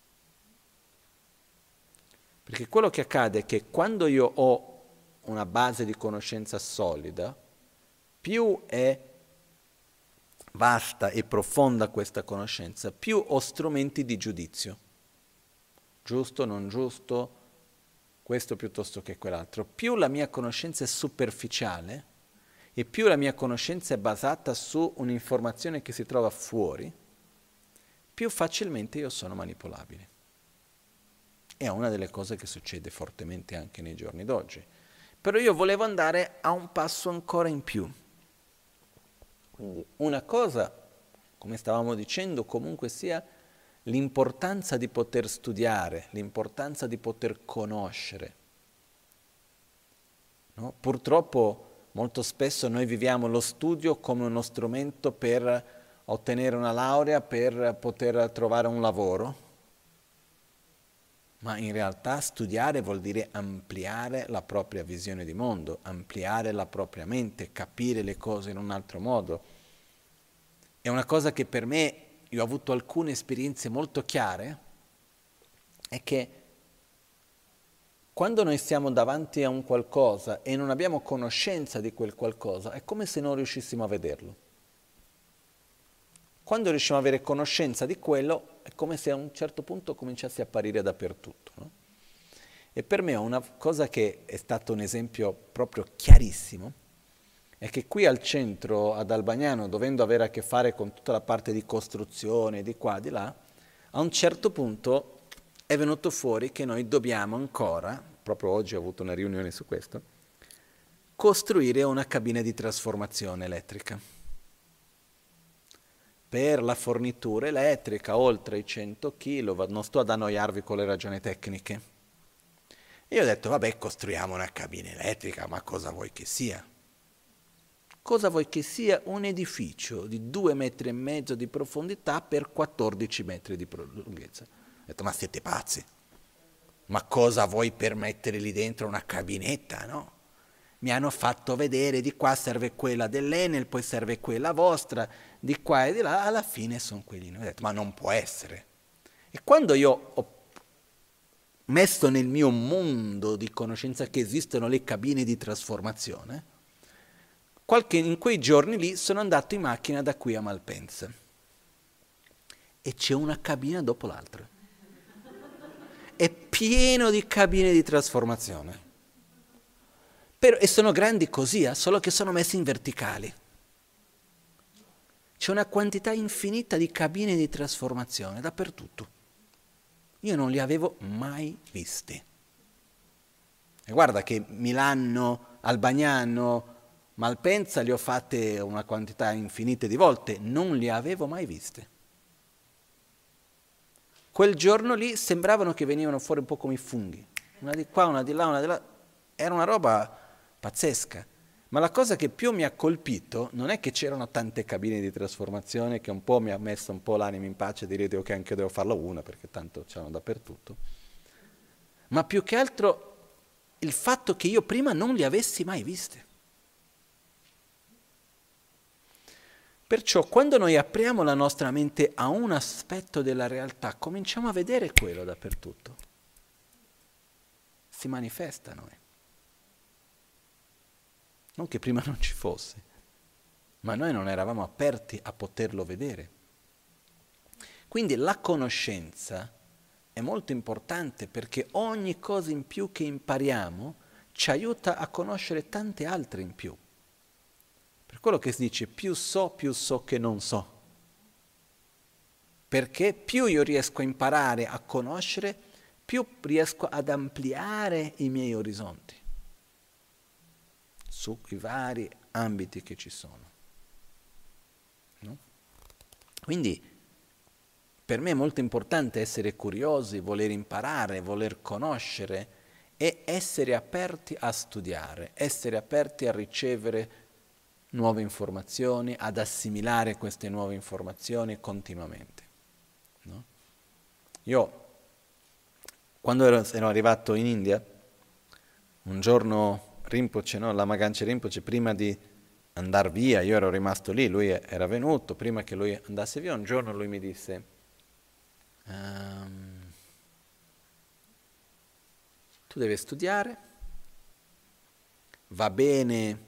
Perché quello che accade è che quando io ho una base di conoscenza solida, più è vasta e profonda questa conoscenza, più ho strumenti di giudizio. Giusto, non giusto, questo piuttosto che quell'altro. Più la mia conoscenza è superficiale e più la mia conoscenza è basata su un'informazione che si trova fuori, più facilmente io sono manipolabile. È una delle cose che succede fortemente anche nei giorni d'oggi. Però io volevo andare a un passo ancora in più. Quindi una cosa, come stavamo dicendo, comunque sia l'importanza di poter studiare, l'importanza di poter conoscere. No? Purtroppo molto spesso noi viviamo lo studio come uno strumento per ottenere una laurea, per poter trovare un lavoro. Ma in realtà studiare vuol dire ampliare la propria visione di mondo, ampliare la propria mente, capire le cose in un altro modo. È una cosa che per me, io ho avuto alcune esperienze molto chiare, è che quando noi siamo davanti a un qualcosa e non abbiamo conoscenza di quel qualcosa, è come se non riuscissimo a vederlo. Quando riusciamo ad avere conoscenza di quello, è come se a un certo punto cominciasse a apparire dappertutto. No? E per me una cosa che è stato un esempio proprio chiarissimo è che qui al centro, ad Albagnano, dovendo avere a che fare con tutta la parte di costruzione, di qua, di là, a un certo punto è venuto fuori che noi dobbiamo ancora, proprio oggi ho avuto una riunione su questo, costruire una cabina di trasformazione elettrica per la fornitura elettrica oltre i 100 kW, non sto ad annoiarvi con le ragioni tecniche. E io ho detto, vabbè, costruiamo una cabina elettrica, ma cosa vuoi che sia? Cosa vuoi che sia un edificio di 2,5 metri di profondità per 14 metri di lunghezza? Ho detto, ma siete pazzi? Ma cosa vuoi per mettere lì dentro una cabinetta, no? Mi hanno fatto vedere, di qua serve quella dell'Enel, poi serve quella vostra, di qua e di là, alla fine sono quelli. Ho detto, ma non può essere. E quando io ho messo nel mio mondo di conoscenza che esistono le cabine di trasformazione, in quei giorni lì sono andato in macchina da qui a Malpensa. E c'è una cabina dopo l'altra. È pieno di cabine di trasformazione. E sono grandi così, solo che sono messi in verticali. C'è una quantità infinita di cabine di trasformazione dappertutto. Io non li avevo mai visti. E guarda che Milano, Albagnano, Malpensa li ho fatte una quantità infinita di volte, non li avevo mai visti. Quel giorno lì sembravano che venivano fuori un po' come i funghi. Una di qua, una di là, una di là. Era una roba pazzesca, ma la cosa che più mi ha colpito non è che c'erano tante cabine di trasformazione che un po' mi ha messo un po' l'anima in pace di dire che anche devo farla una perché tanto c'erano dappertutto, ma più che altro il fatto che io prima non li avessi mai viste. Perciò quando noi apriamo la nostra mente a un aspetto della realtà, cominciamo a vedere quello dappertutto. Si manifesta a noi. Non che prima non ci fosse, ma noi non eravamo aperti a poterlo vedere. Quindi la conoscenza è molto importante perché ogni cosa in più che impariamo ci aiuta a conoscere tante altre in più. Per quello che si dice più so che non so. Perché più io riesco a imparare a conoscere, più riesco ad ampliare i miei orizzonti sui vari ambiti che ci sono. No? Quindi per me è molto importante essere curiosi, voler imparare, voler conoscere e essere aperti a studiare, essere aperti a ricevere nuove informazioni, ad assimilare queste nuove informazioni continuamente. No? Io, quando ero arrivato in India, un giorno Rinpoche, no? La Magancia Rinpoche, prima di andare via, io ero rimasto lì, lui era venuto, prima che lui andasse via, un giorno lui mi disse, tu devi studiare, va bene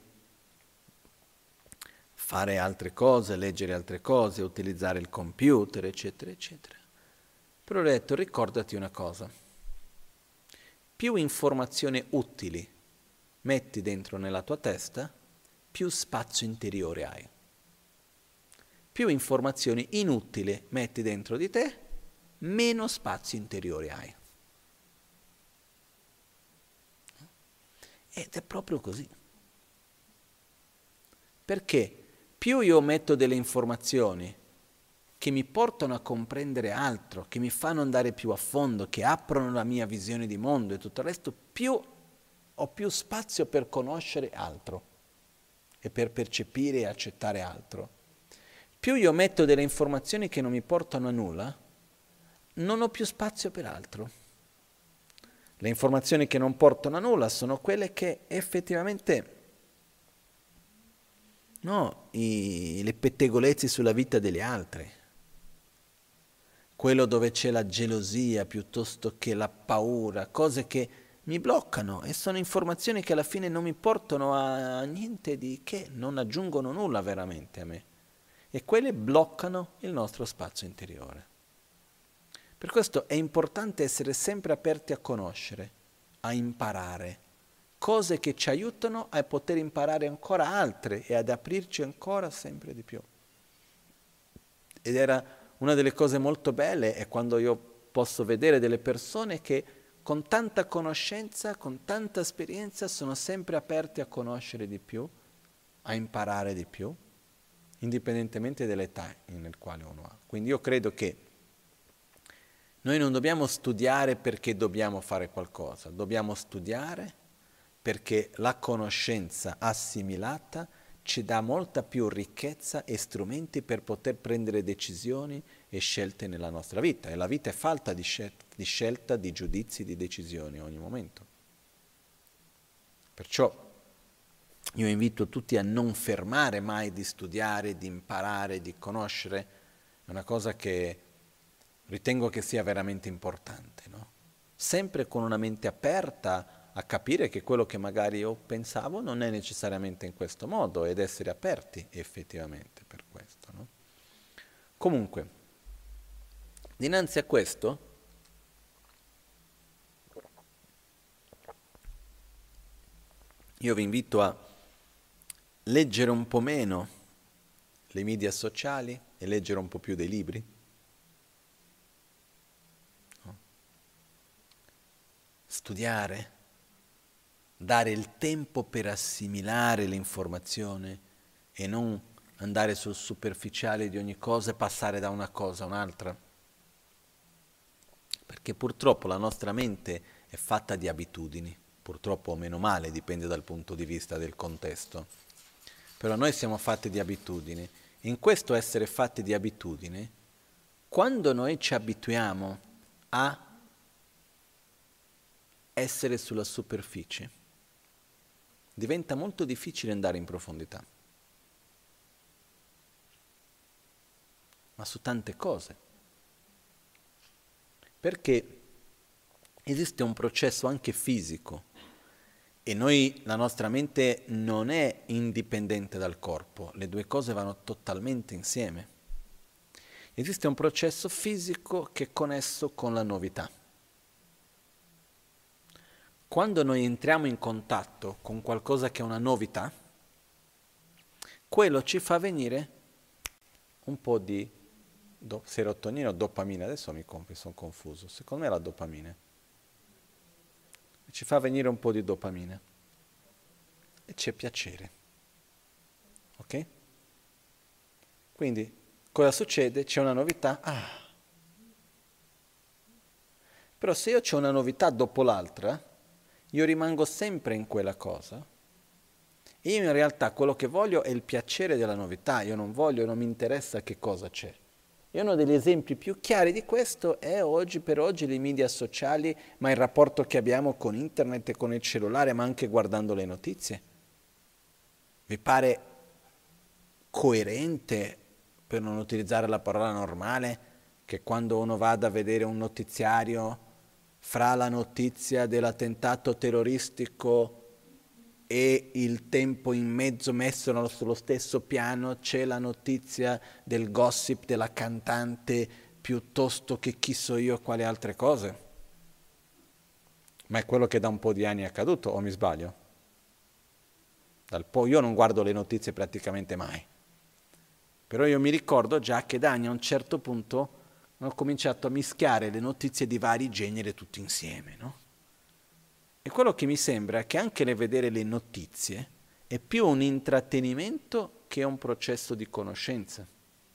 fare altre cose, leggere altre cose, utilizzare il computer, eccetera, eccetera. Però ho detto, ricordati una cosa, più informazioni utili metti dentro nella tua testa, più spazio interiore hai. Più informazioni inutili metti dentro di te, meno spazio interiore hai. Ed è proprio così. Perché più io metto delle informazioni che mi portano a comprendere altro, che mi fanno andare più a fondo, che aprono la mia visione di mondo e tutto il resto, più ho più spazio per conoscere altro e per percepire e accettare altro. Più io metto delle informazioni che non mi portano a nulla, non ho più spazio per altro. Le informazioni che non portano a nulla sono quelle che effettivamente, no, le pettegolezzi sulla vita degli altri, quello dove c'è la gelosia piuttosto che la paura, cose che mi bloccano e sono informazioni che alla fine non mi portano a niente di che, non aggiungono nulla veramente a me. E quelle bloccano il nostro spazio interiore. Per questo è importante essere sempre aperti a conoscere, a imparare, cose che ci aiutano a poter imparare ancora altre e ad aprirci ancora sempre di più. Ed era una delle cose molto belle è quando io posso vedere delle persone che con tanta conoscenza, con tanta esperienza, sono sempre aperti a conoscere di più, a imparare di più, indipendentemente dall'età nel quale uno ha. Quindi io credo che noi non dobbiamo studiare perché dobbiamo fare qualcosa, dobbiamo studiare perché la conoscenza assimilata ci dà molta più ricchezza e strumenti per poter prendere decisioni e scelte nella nostra vita. E la vita è fatta di scelta, di giudizi, di decisioni a ogni momento. Perciò io invito tutti a non fermare mai di studiare, di imparare, di conoscere. È una cosa che ritengo che sia veramente importante, no? Sempre con una mente aperta a capire che quello che magari io pensavo non è necessariamente in questo modo ed essere aperti effettivamente per questo, no? Comunque, dinanzi a questo, io vi invito a leggere un po' meno le media sociali e leggere un po' più dei libri. No? Studiare, dare il tempo per assimilare l'informazione e non andare sul superficiale di ogni cosa e passare da una cosa a un'altra. Perché purtroppo la nostra mente è fatta di abitudini, purtroppo o meno male, dipende dal punto di vista del contesto. Però noi siamo fatti di abitudini. In questo essere fatti di abitudini, quando noi ci abituiamo a essere sulla superficie, diventa molto difficile andare in profondità. Ma su tante cose. Perché esiste un processo anche fisico e noi, la nostra mente non è indipendente dal corpo, le due cose vanno totalmente insieme. Esiste un processo fisico che è connesso con la novità. Quando noi entriamo in contatto con qualcosa che è una novità, quello ci fa venire un po' di serotonina o dopamina, adesso sono confuso, secondo me è la dopamina. Ci fa venire un po' di dopamina e c'è piacere. Ok? Quindi cosa succede? C'è una novità? Però se io c'ho una novità dopo l'altra, io rimango sempre in quella cosa. E io in realtà quello che voglio è il piacere della novità, io non mi interessa che cosa c'è. E uno degli esempi più chiari di questo è per oggi le media sociali, ma il rapporto che abbiamo con internet e con il cellulare, ma anche guardando le notizie. Vi pare coerente, per non utilizzare la parola normale, che quando uno vada a vedere un notiziario, fra la notizia dell'attentato terroristico e il tempo in mezzo messo sullo stesso piano c'è la notizia del gossip della cantante piuttosto che chi so io quali altre cose? Ma è quello che da un po' di anni è accaduto, o mi sbaglio? Io non guardo le notizie praticamente mai, però io mi ricordo già che da anni a un certo punto ho cominciato a mischiare le notizie di vari generi tutte insieme, no? E quello che mi sembra è che anche nel vedere le notizie è più un intrattenimento che un processo di conoscenza.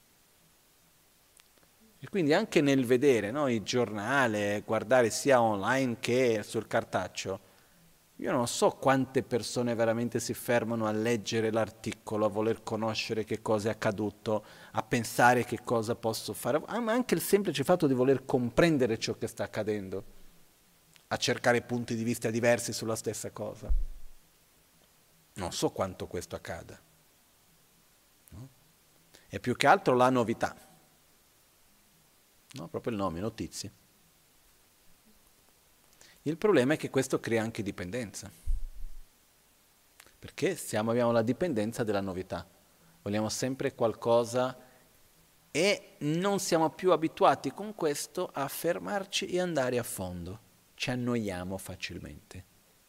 E quindi anche nel vedere, no, il giornale, guardare sia online che sul cartaceo, io non so quante persone veramente si fermano a leggere l'articolo, a voler conoscere che cosa è accaduto, a pensare che cosa posso fare, ma anche il semplice fatto di voler comprendere ciò che sta accadendo, a cercare punti di vista diversi sulla stessa cosa. Non so quanto questo accada. No? È più che altro la novità. No? Proprio il nome, notizie. Il problema è che questo crea anche dipendenza. Perché abbiamo la dipendenza della novità. Vogliamo sempre qualcosa e non siamo più abituati con questo a fermarci e andare a fondo. Ci annoiamo facilmente.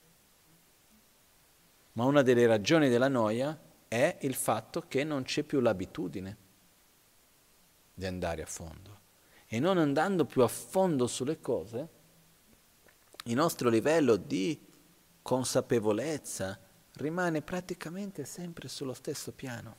Ma una delle ragioni della noia è il fatto che non c'è più l'abitudine di andare a fondo. E non andando più a fondo sulle cose, il nostro livello di consapevolezza rimane praticamente sempre sullo stesso piano.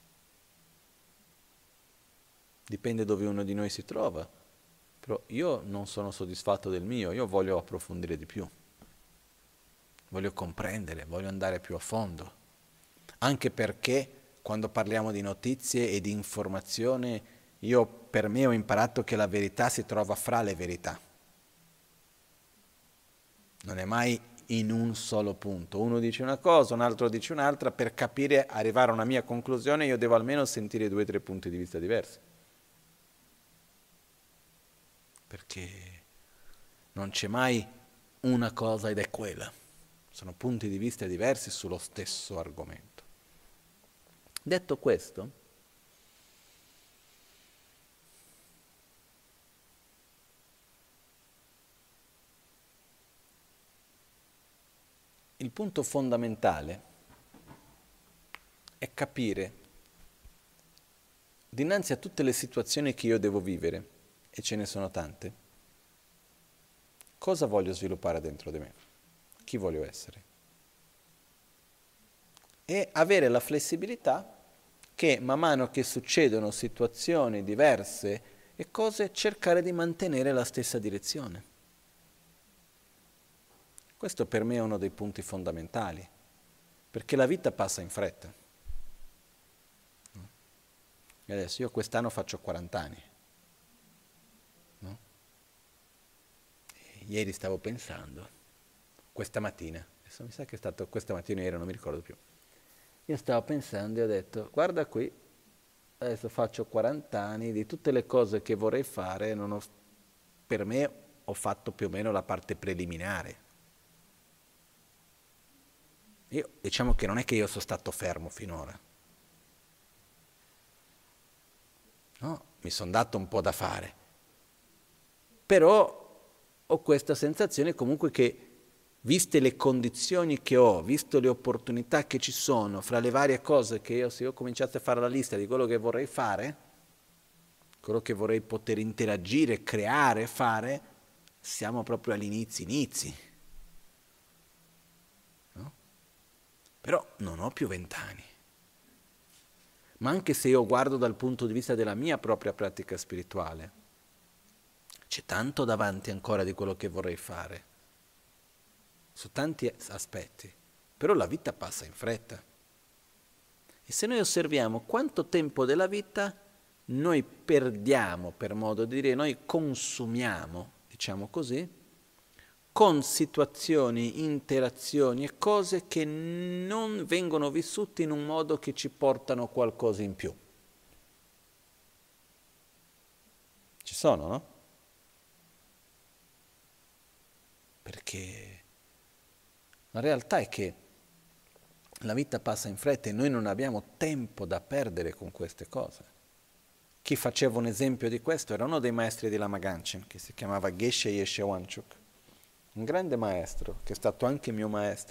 Dipende dove uno di noi si trova. Però io non sono soddisfatto del mio, io voglio approfondire di più, voglio comprendere, voglio andare più a fondo, anche perché quando parliamo di notizie e di informazione, per me ho imparato che la verità si trova fra le verità, non è mai in un solo punto, uno dice una cosa, un altro dice un'altra, per capire, arrivare a una mia conclusione io devo almeno sentire 2 o 3 punti di vista diversi. Perché non c'è mai una cosa ed è quella. Sono punti di vista diversi sullo stesso argomento. Detto questo, il punto fondamentale è capire, dinanzi a tutte le situazioni che io devo vivere, e ce ne sono tante, cosa voglio sviluppare dentro di me? Chi voglio essere? E avere la flessibilità che man mano che succedono situazioni diverse e cose, cercare di mantenere la stessa direzione. Questo per me è uno dei punti fondamentali, perché la vita passa in fretta. E adesso io quest'anno faccio 40 anni. No? Ieri stavo pensando, questa mattina, adesso mi sa che è stato questa mattina o ieri, non mi ricordo più. Io stavo pensando e ho detto, guarda qui, adesso faccio 40 anni, di tutte le cose che vorrei fare, per me ho fatto più o meno la parte preliminare. Io diciamo che non è che io sono stato fermo finora. No, mi sono dato un po' da fare. Però ho questa sensazione comunque che viste le condizioni che ho, visto le opportunità che ci sono, fra le varie cose che io, se io cominciassi a fare la lista di quello che vorrei fare, quello che vorrei poter interagire, creare, fare, siamo proprio agli inizi. No? Però non ho più 20 anni. Ma anche se io guardo dal punto di vista della mia propria pratica spirituale, c'è tanto davanti ancora di quello che vorrei fare, su tanti aspetti, però la vita passa in fretta. E se noi osserviamo quanto tempo della vita noi perdiamo, per modo di dire, noi consumiamo, diciamo così, con situazioni, interazioni e cose che non vengono vissute in un modo che ci portano qualcosa in più. Ci sono, no? Perché la realtà è che la vita passa in fretta e noi non abbiamo tempo da perdere con queste cose. Chi faceva un esempio di questo era uno dei maestri di Lama Ganchen, che si chiamava Geshe Yeshe Wanchuk, un grande maestro, che è stato anche mio maestro.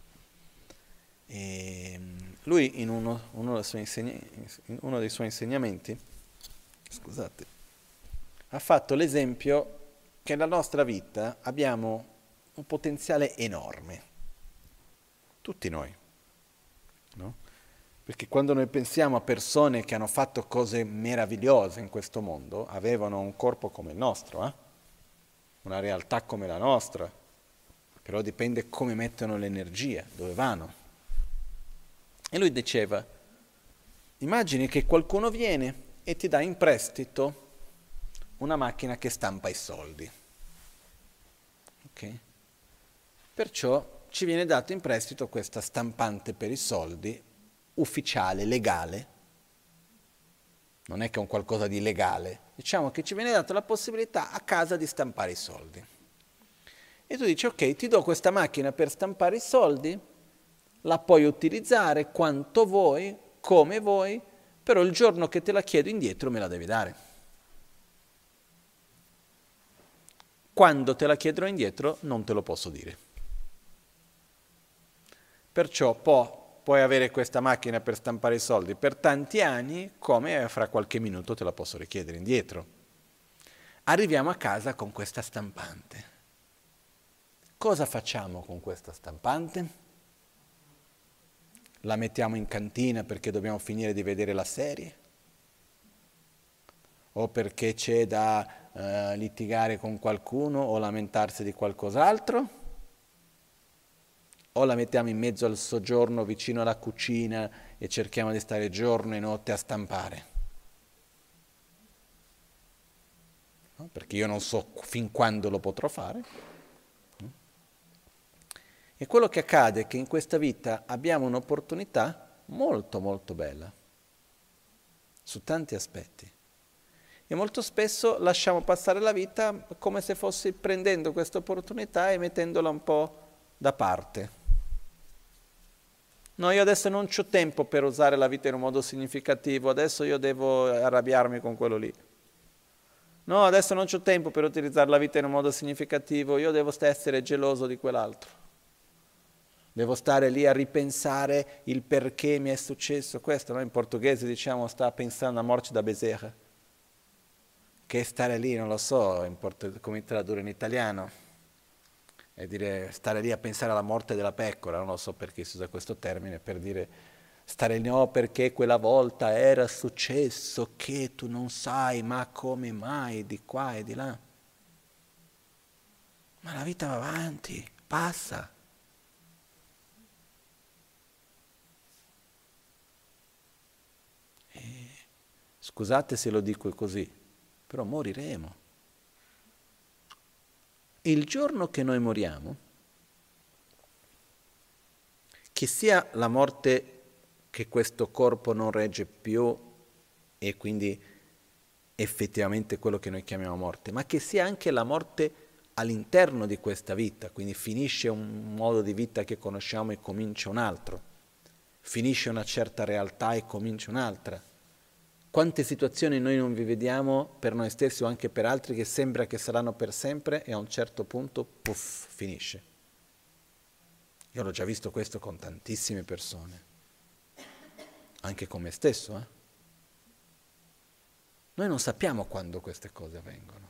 E lui in uno dei suoi insegnamenti, scusate, ha fatto l'esempio che nella nostra vita abbiamo un potenziale enorme, tutti noi, no? Perché quando noi pensiamo a persone che hanno fatto cose meravigliose in questo mondo, avevano un corpo come il nostro, una realtà come la nostra, però dipende come mettono l'energia, dove vanno. E lui diceva, immagini che qualcuno viene e ti dà in prestito una macchina che stampa i soldi. Ok? Perciò ci viene dato in prestito questa stampante per i soldi, ufficiale, legale. Non è che è un qualcosa di legale. Diciamo che ci viene data la possibilità a casa di stampare i soldi. E tu dici, ok, ti do questa macchina per stampare i soldi, la puoi utilizzare quanto vuoi, come vuoi, però il giorno che te la chiedo indietro me la devi dare. Quando te la chiederò indietro non te lo posso dire. Perciò puoi avere questa macchina per stampare i soldi per tanti anni, come fra qualche minuto te la posso richiedere indietro. Arriviamo a casa con questa stampante. Cosa facciamo con questa stampante? La mettiamo in cantina perché dobbiamo finire di vedere la serie? O perché c'è da litigare con qualcuno o lamentarsi di qualcos'altro? O la mettiamo in mezzo al soggiorno vicino alla cucina e cerchiamo di stare giorno e notte a stampare? No? Perché io non so fin quando lo potrò fare. E quello che accade è che in questa vita abbiamo un'opportunità molto molto bella, su tanti aspetti. E molto spesso lasciamo passare la vita come se fossi prendendo questa opportunità e mettendola un po' da parte. No, io adesso non c'ho tempo per usare la vita in un modo significativo, adesso io devo arrabbiarmi con quello lì. No, adesso non c'ho tempo per utilizzare la vita in un modo significativo, io devo essere geloso di quell'altro. Devo stare lì a ripensare il perché mi è successo questo, no? In portoghese diciamo sta pensando a morte da bezerra. Che stare lì, non lo so, come tradurre in italiano. E dire stare lì a pensare alla morte della pecora, non lo so perché si usa questo termine, per dire stare lì, no, perché quella volta era successo che tu non sai, ma come mai, di qua e di là. Ma la vita va avanti, passa. E, scusate se lo dico così, però moriremo. Il giorno che noi moriamo, che sia la morte che questo corpo non regge più e quindi effettivamente quello che noi chiamiamo morte, ma che sia anche la morte all'interno di questa vita, quindi finisce un modo di vita che conosciamo e comincia un altro, finisce una certa realtà e comincia un'altra. Quante situazioni noi non vi vediamo per noi stessi o anche per altri che sembra che saranno per sempre e a un certo punto, puff, finisce. Io l'ho già visto questo con tantissime persone, anche con me stesso. Noi non sappiamo quando queste cose avvengono.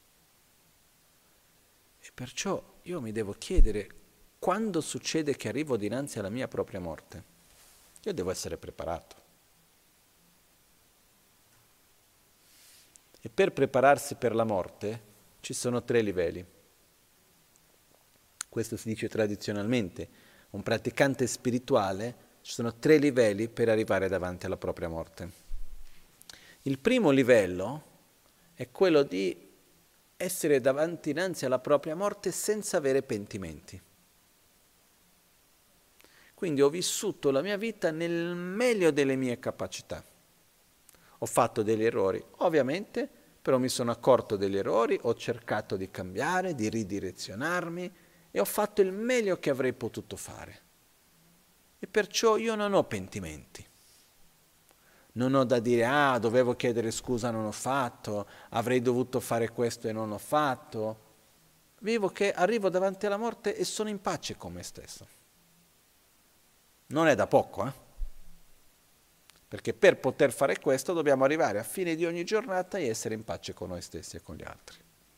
E perciò io mi devo chiedere, quando succede che arrivo dinanzi alla mia propria morte, io devo essere preparato. E per prepararsi per la morte ci sono 3 livelli. Questo si dice tradizionalmente. Un praticante spirituale, ci sono 3 livelli per arrivare davanti alla propria morte. Il primo livello è quello di essere dinanzi alla propria morte senza avere pentimenti. Quindi ho vissuto la mia vita nel meglio delle mie capacità. Ho fatto degli errori, ovviamente, però mi sono accorto degli errori, ho cercato di cambiare, di ridirezionarmi e ho fatto il meglio che avrei potuto fare. E perciò io non ho pentimenti. Non ho da dire, dovevo chiedere scusa, non ho fatto, avrei dovuto fare questo e non ho fatto. Vivo che arrivo davanti alla morte e sono in pace con me stesso. Non è da poco, Perché per poter fare questo dobbiamo arrivare a fine di ogni giornata e essere in pace con noi stessi e con gli altri.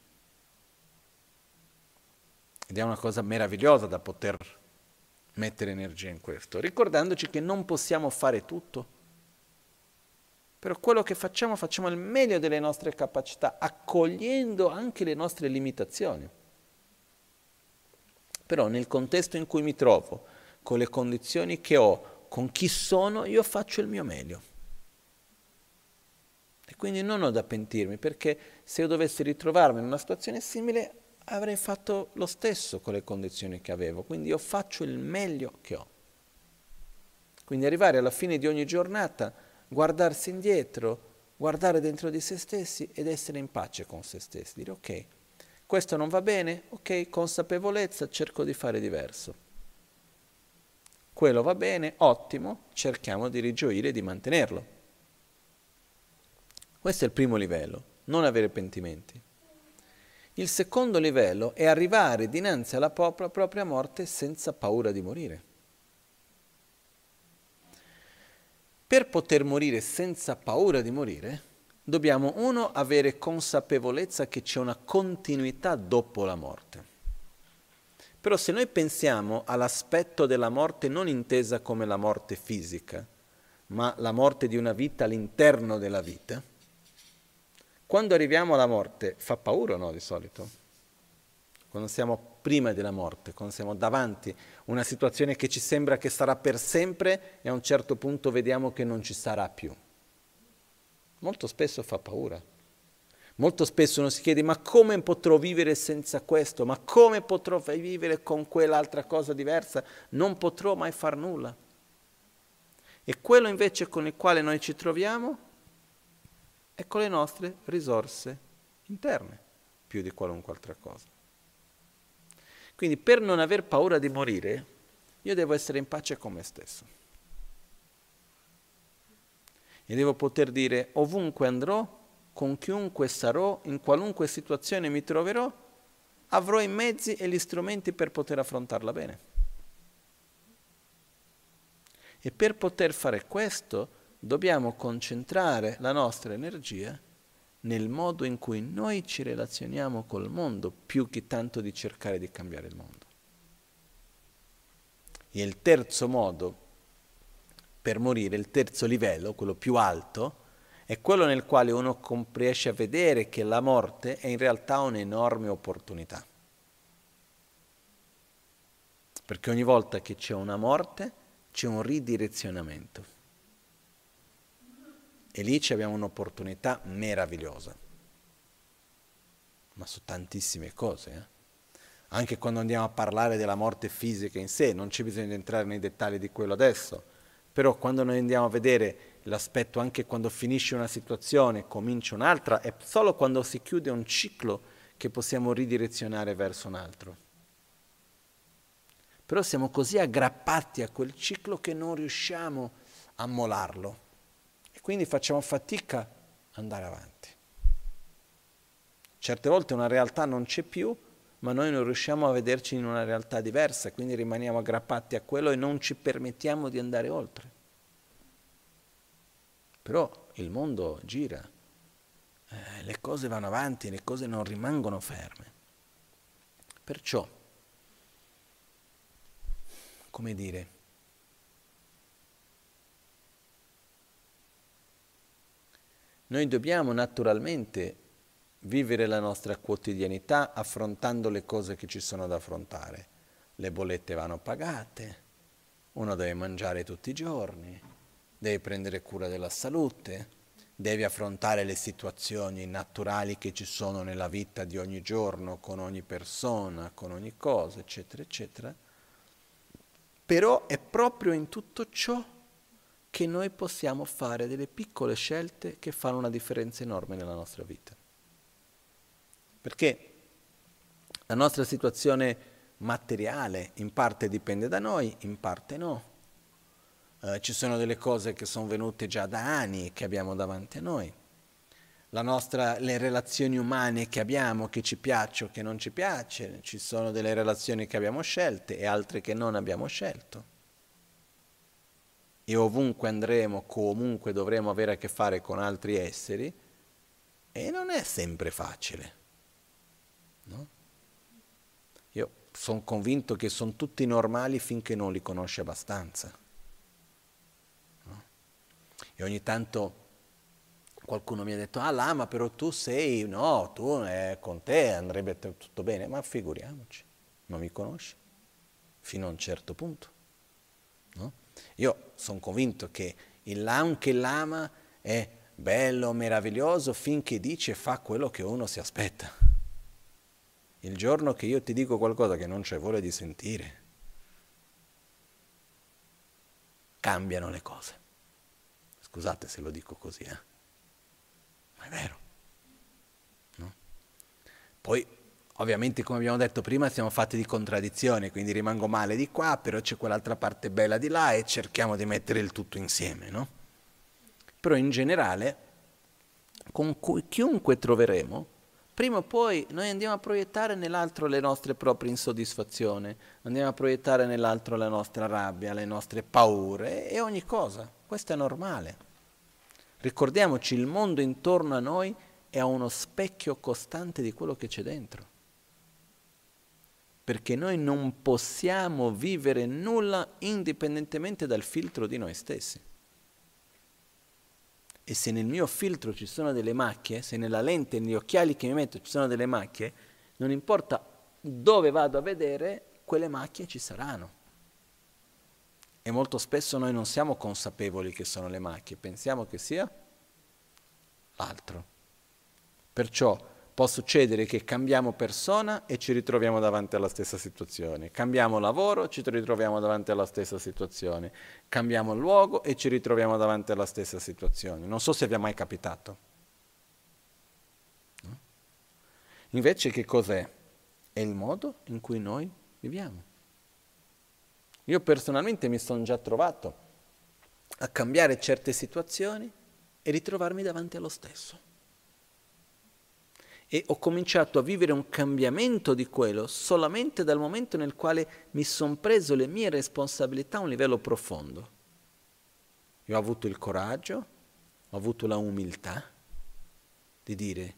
Ed è una cosa meravigliosa da poter mettere energia in questo, ricordandoci che non possiamo fare tutto. Però quello che facciamo il meglio delle nostre capacità, accogliendo anche le nostre limitazioni. Però nel contesto in cui mi trovo, con le condizioni che ho, con chi sono, io faccio il mio meglio. E quindi non ho da pentirmi, perché se io dovessi ritrovarmi in una situazione simile, avrei fatto lo stesso con le condizioni che avevo. Quindi io faccio il meglio che ho. Quindi arrivare alla fine di ogni giornata, guardarsi indietro, guardare dentro di se stessi ed essere in pace con se stessi. Dire ok, questo non va bene, ok, consapevolezza, cerco di fare diverso. Quello va bene, ottimo, cerchiamo di rigioire e di mantenerlo. Questo è il primo livello, non avere pentimenti. Il secondo livello è arrivare dinanzi alla propria morte senza paura di morire. Per poter morire senza paura di morire, dobbiamo, 1, avere consapevolezza che c'è una continuità dopo la morte. Però se noi pensiamo all'aspetto della morte non intesa come la morte fisica, ma la morte di una vita all'interno della vita, quando arriviamo alla morte fa paura o no di solito? Quando siamo prima della morte, quando siamo davanti a una situazione che ci sembra che sarà per sempre e a un certo punto vediamo che non ci sarà più. Molto spesso fa paura. Molto spesso uno si chiede, ma come potrò vivere senza questo? Ma come potrò vivere con quell'altra cosa diversa? Non potrò mai far nulla. E quello invece con il quale noi ci troviamo è con le nostre risorse interne, più di qualunque altra cosa. Quindi per non aver paura di morire, io devo essere in pace con me stesso. E devo poter dire, ovunque andrò, con chiunque sarò, in qualunque situazione mi troverò, avrò i mezzi e gli strumenti per poter affrontarla bene. E per poter fare questo dobbiamo concentrare la nostra energia nel modo in cui noi ci relazioniamo col mondo, più che tanto di cercare di cambiare il mondo. E il terzo modo per morire, il terzo livello, quello più alto, è quello nel quale uno riesce a vedere che la morte è in realtà un'enorme opportunità. Perché ogni volta che c'è una morte, c'è un ridirezionamento. E lì abbiamo un'opportunità meravigliosa. Ma su tantissime cose. Anche quando andiamo a parlare della morte fisica in sé, non c'è bisogno di entrare nei dettagli di quello adesso, però quando noi andiamo a vedere l'aspetto anche quando finisce una situazione, comincia un'altra, è solo quando si chiude un ciclo che possiamo ridirezionare verso un altro. Però siamo così aggrappati a quel ciclo che non riusciamo a mollarlo e quindi facciamo fatica ad andare avanti. Certe volte una realtà non c'è più, ma noi non riusciamo a vederci in una realtà diversa, quindi rimaniamo aggrappati a quello e non ci permettiamo di andare oltre. Però il mondo gira, le cose vanno avanti, le cose non rimangono ferme. Perciò, come dire, noi dobbiamo naturalmente vivere la nostra quotidianità affrontando le cose che ci sono da affrontare. Le bollette vanno pagate, uno deve mangiare tutti i giorni, deve prendere cura della salute, deve affrontare le situazioni naturali che ci sono nella vita di ogni giorno, con ogni persona, con ogni cosa, eccetera, eccetera. Però è proprio in tutto ciò che noi possiamo fare delle piccole scelte che fanno una differenza enorme nella nostra vita. Perché la nostra situazione materiale in parte dipende da noi, in parte no. Ci sono delle cose che sono venute già da anni e che abbiamo davanti a noi. Le relazioni umane che abbiamo, che ci piacciono, che non ci piacciono, ci sono delle relazioni che abbiamo scelte e altre che non abbiamo scelto. E ovunque andremo, comunque dovremo avere a che fare con altri esseri e non è sempre facile. No? Io sono convinto che sono tutti normali finché non li conosci abbastanza. No? E ogni tanto qualcuno mi ha detto, Lama, però tu sei, no, tu con te andrebbe tutto bene, ma figuriamoci, non mi conosci fino a un certo punto. No? Io sono convinto che anche il Lama è bello, meraviglioso finché dice e fa quello che uno si aspetta. Il giorno che io ti dico qualcosa che non c'è voglia di sentire, cambiano le cose. Scusate se lo dico così, ma è vero. No? Poi, ovviamente, come abbiamo detto prima, siamo fatti di contraddizioni, quindi rimango male di qua, però c'è quell'altra parte bella di là e cerchiamo di mettere il tutto insieme, no? Però in generale, con chiunque troveremo, prima o poi noi andiamo a proiettare nell'altro le nostre proprie insoddisfazioni, andiamo a proiettare nell'altro la nostra rabbia, le nostre paure e ogni cosa. Questo è normale. Ricordiamoci, il mondo intorno a noi è uno specchio costante di quello che c'è dentro. Perché noi non possiamo vivere nulla indipendentemente dal filtro di noi stessi. E se nel mio filtro ci sono delle macchie, se nella lente, negli occhiali che mi metto ci sono delle macchie, non importa dove vado a vedere, quelle macchie ci saranno. E molto spesso noi non siamo consapevoli che sono le macchie, pensiamo che sia l'altro. Perciò può succedere che cambiamo persona e ci ritroviamo davanti alla stessa situazione. Cambiamo lavoro, ci ritroviamo davanti alla stessa situazione. Cambiamo luogo e ci ritroviamo davanti alla stessa situazione. Non so se vi è mai capitato. No? Invece che cos'è? È il modo in cui noi viviamo. Io personalmente mi sono già trovato a cambiare certe situazioni e ritrovarmi davanti allo stesso. E ho cominciato a vivere un cambiamento di quello solamente dal momento nel quale mi sono preso le mie responsabilità a un livello profondo. Io ho avuto il coraggio, ho avuto la umiltà di dire,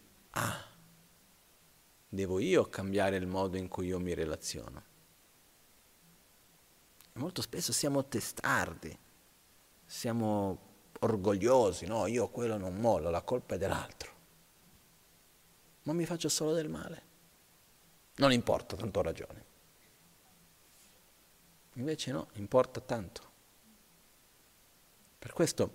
devo io cambiare il modo in cui io mi relaziono. E molto spesso siamo testardi, siamo orgogliosi, no, io quello non mollo, la colpa è dell'altro. Ma mi faccio solo del male. Non importa, tanto ho ragione. Invece no, importa tanto. Per questo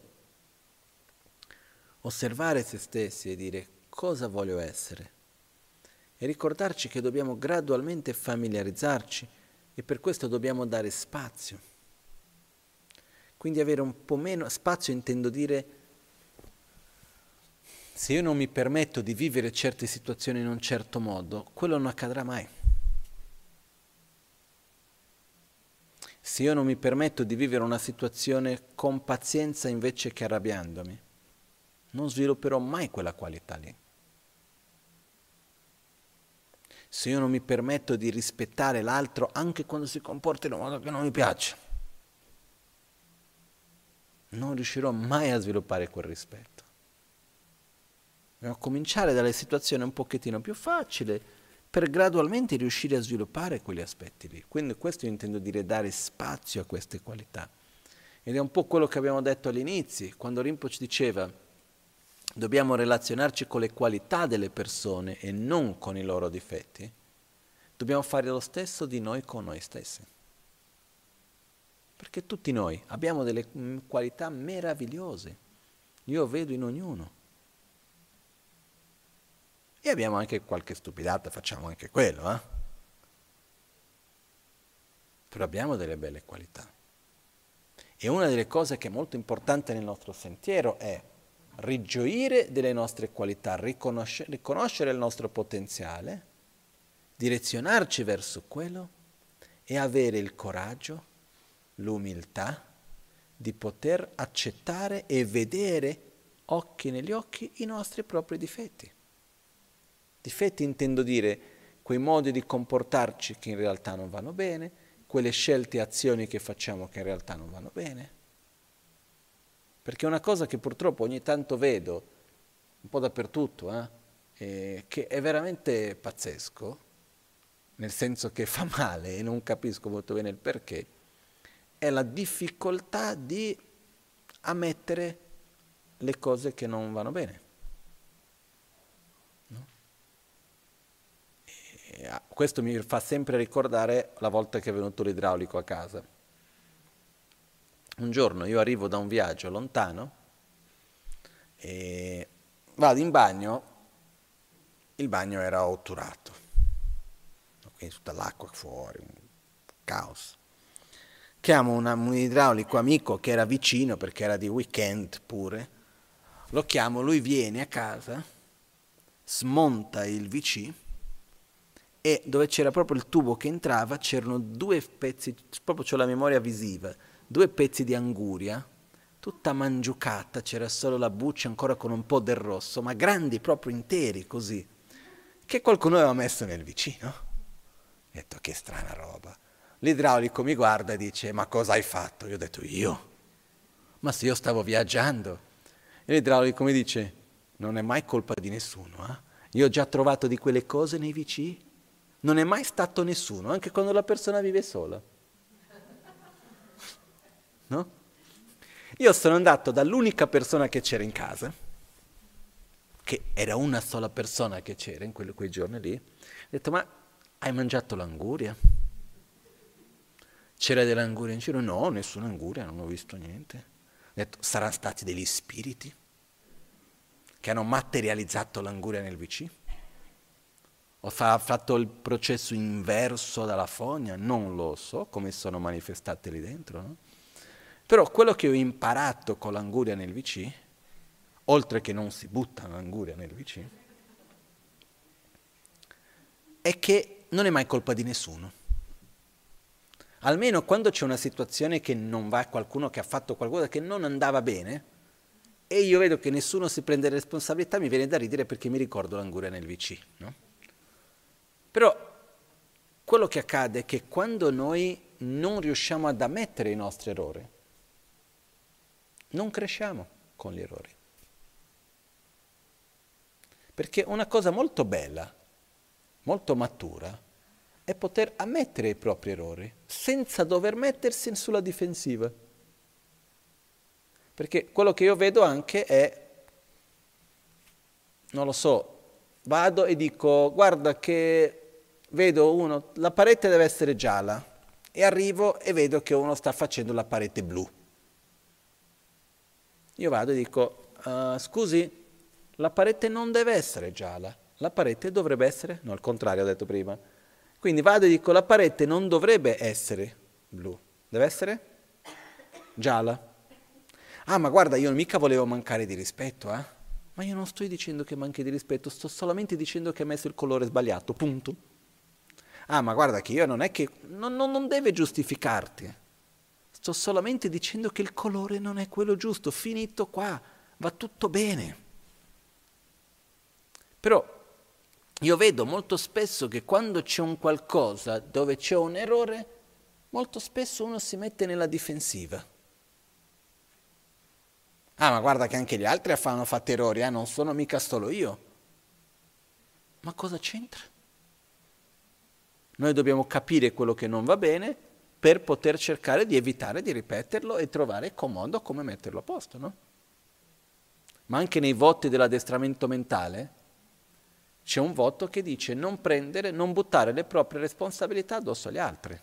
osservare se stessi e dire cosa voglio essere e ricordarci che dobbiamo gradualmente familiarizzarci e per questo dobbiamo dare spazio. Quindi avere un po' meno spazio, intendo dire, se io non mi permetto di vivere certe situazioni in un certo modo, quello non accadrà mai. Se io non mi permetto di vivere una situazione con pazienza invece che arrabbiandomi, non svilupperò mai quella qualità lì. se io non mi permetto di rispettare l'altro anche quando si comporta in un modo che non mi piace, non riuscirò mai a sviluppare quel rispetto. Dobbiamo cominciare dalle situazioni un pochettino più facili per gradualmente riuscire a sviluppare quegli aspetti lì. Quindi questo io intendo dire dare spazio a queste qualità. Ed è un po' quello che abbiamo detto all'inizio, quando Rinpoche diceva dobbiamo relazionarci con le qualità delle persone e non con i loro difetti, dobbiamo fare lo stesso di noi con noi stessi. Perché tutti noi abbiamo delle qualità meravigliose, io vedo in ognuno. E abbiamo anche qualche stupidata, facciamo anche quello, Però abbiamo delle belle qualità. E una delle cose che è molto importante nel nostro sentiero è rigioire delle nostre qualità, riconoscere il nostro potenziale, direzionarci verso quello e avere il coraggio, l'umiltà di poter accettare e vedere occhi negli occhi i nostri propri difetti. Difetti intendo dire quei modi di comportarci che in realtà non vanno bene, quelle scelte e azioni che facciamo che in realtà non vanno bene. Perché una cosa che purtroppo ogni tanto vedo, un po' dappertutto, che è veramente pazzesco, nel senso che fa male e non capisco molto bene il perché, è la difficoltà di ammettere le cose che non vanno bene. No? Questo mi fa sempre ricordare la volta che è venuto l'idraulico a casa. Un giorno io arrivo da un viaggio lontano e vado in bagno, il bagno era otturato, quindi tutta l'acqua fuori, un caos. Chiamo un idraulico amico che era vicino perché era di weekend pure, lo chiamo, lui viene a casa, smonta il WC e dove c'era proprio il tubo che entrava c'erano 2 pezzi, proprio c'ho la memoria visiva, 2 pezzi di anguria, tutta mangiucata, c'era solo la buccia ancora con un po' del rosso, ma grandi proprio interi così, che qualcuno aveva messo nel vicino. Ho detto che strana roba. L'idraulico mi guarda e dice ma cosa hai fatto? Io ho detto io? Ma se io stavo viaggiando. E l'idraulico mi dice non è mai colpa di nessuno, Io ho già trovato di quelle cose nei WC, non è mai stato nessuno, anche quando la persona vive sola. No? Io sono andato dall'unica persona che c'era in casa, che era una sola persona che c'era in quei giorni lì, ho detto ma hai mangiato l'anguria? C'era dell'anguria in giro? No, nessuna anguria, non ho visto niente. Ho detto saranno stati degli spiriti che hanno materializzato l'anguria nel WC? Ho fatto il processo inverso dalla fogna? Non lo so come sono manifestate lì dentro, no? Però quello che ho imparato con l'anguria nel WC, oltre che non si butta l'anguria nel WC, è che non è mai colpa di nessuno. Almeno quando c'è una situazione che non va, qualcuno che ha fatto qualcosa che non andava bene, e io vedo che nessuno si prende responsabilità, mi viene da ridere perché mi ricordo l'anguria nel WC, no? Però quello che accade è che quando noi non riusciamo ad ammettere i nostri errori, non cresciamo con gli errori. Perché una cosa molto bella, molto matura, è poter ammettere i propri errori senza dover mettersi sulla difensiva. Perché quello che io vedo anche è, non lo so, vado e dico guarda che vedo uno, la parete deve essere gialla e arrivo e vedo che uno sta facendo la parete blu. Io vado e dico, scusi, la parete non deve essere gialla, la parete dovrebbe essere, no, al contrario ho detto prima. Quindi vado e dico, la parete non dovrebbe essere blu, deve essere gialla. Ah, ma guarda, io mica volevo mancare di rispetto, Ma io non sto dicendo che manchi di rispetto, sto solamente dicendo che hai messo il colore sbagliato, punto. Ah, ma guarda che io non è che, non deve giustificarti. Sto solamente dicendo che il colore non è quello giusto, finito qua, va tutto bene. Però io vedo molto spesso che quando c'è un qualcosa dove c'è un errore, molto spesso uno si mette nella difensiva. Ah, ma guarda che anche gli altri hanno fatto errori, non sono mica solo io. Ma cosa c'entra? Noi dobbiamo capire quello che non va bene per poter cercare di evitare di ripeterlo e trovare comodo come metterlo a posto, no? Ma anche nei voti dell'addestramento mentale c'è un voto che dice non buttare le proprie responsabilità addosso agli altri.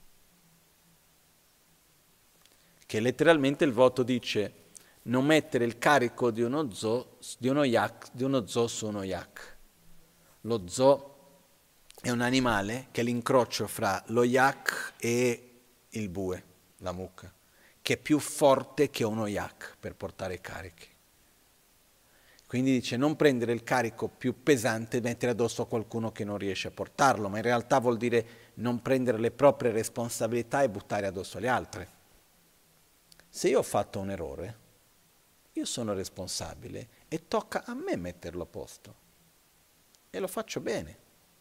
Che letteralmente il voto dice non mettere il carico di uno zoo su uno yak. Lo zoo è un animale che è l'incrocio fra lo yak e il bue, la mucca, che è più forte che uno yak per portare carichi. Quindi dice non prendere il carico più pesante e mettere addosso a qualcuno che non riesce a portarlo, ma in realtà vuol dire non prendere le proprie responsabilità e buttare addosso agli altri. Se io ho fatto un errore, io sono responsabile e tocca a me metterlo a posto. E lo faccio bene.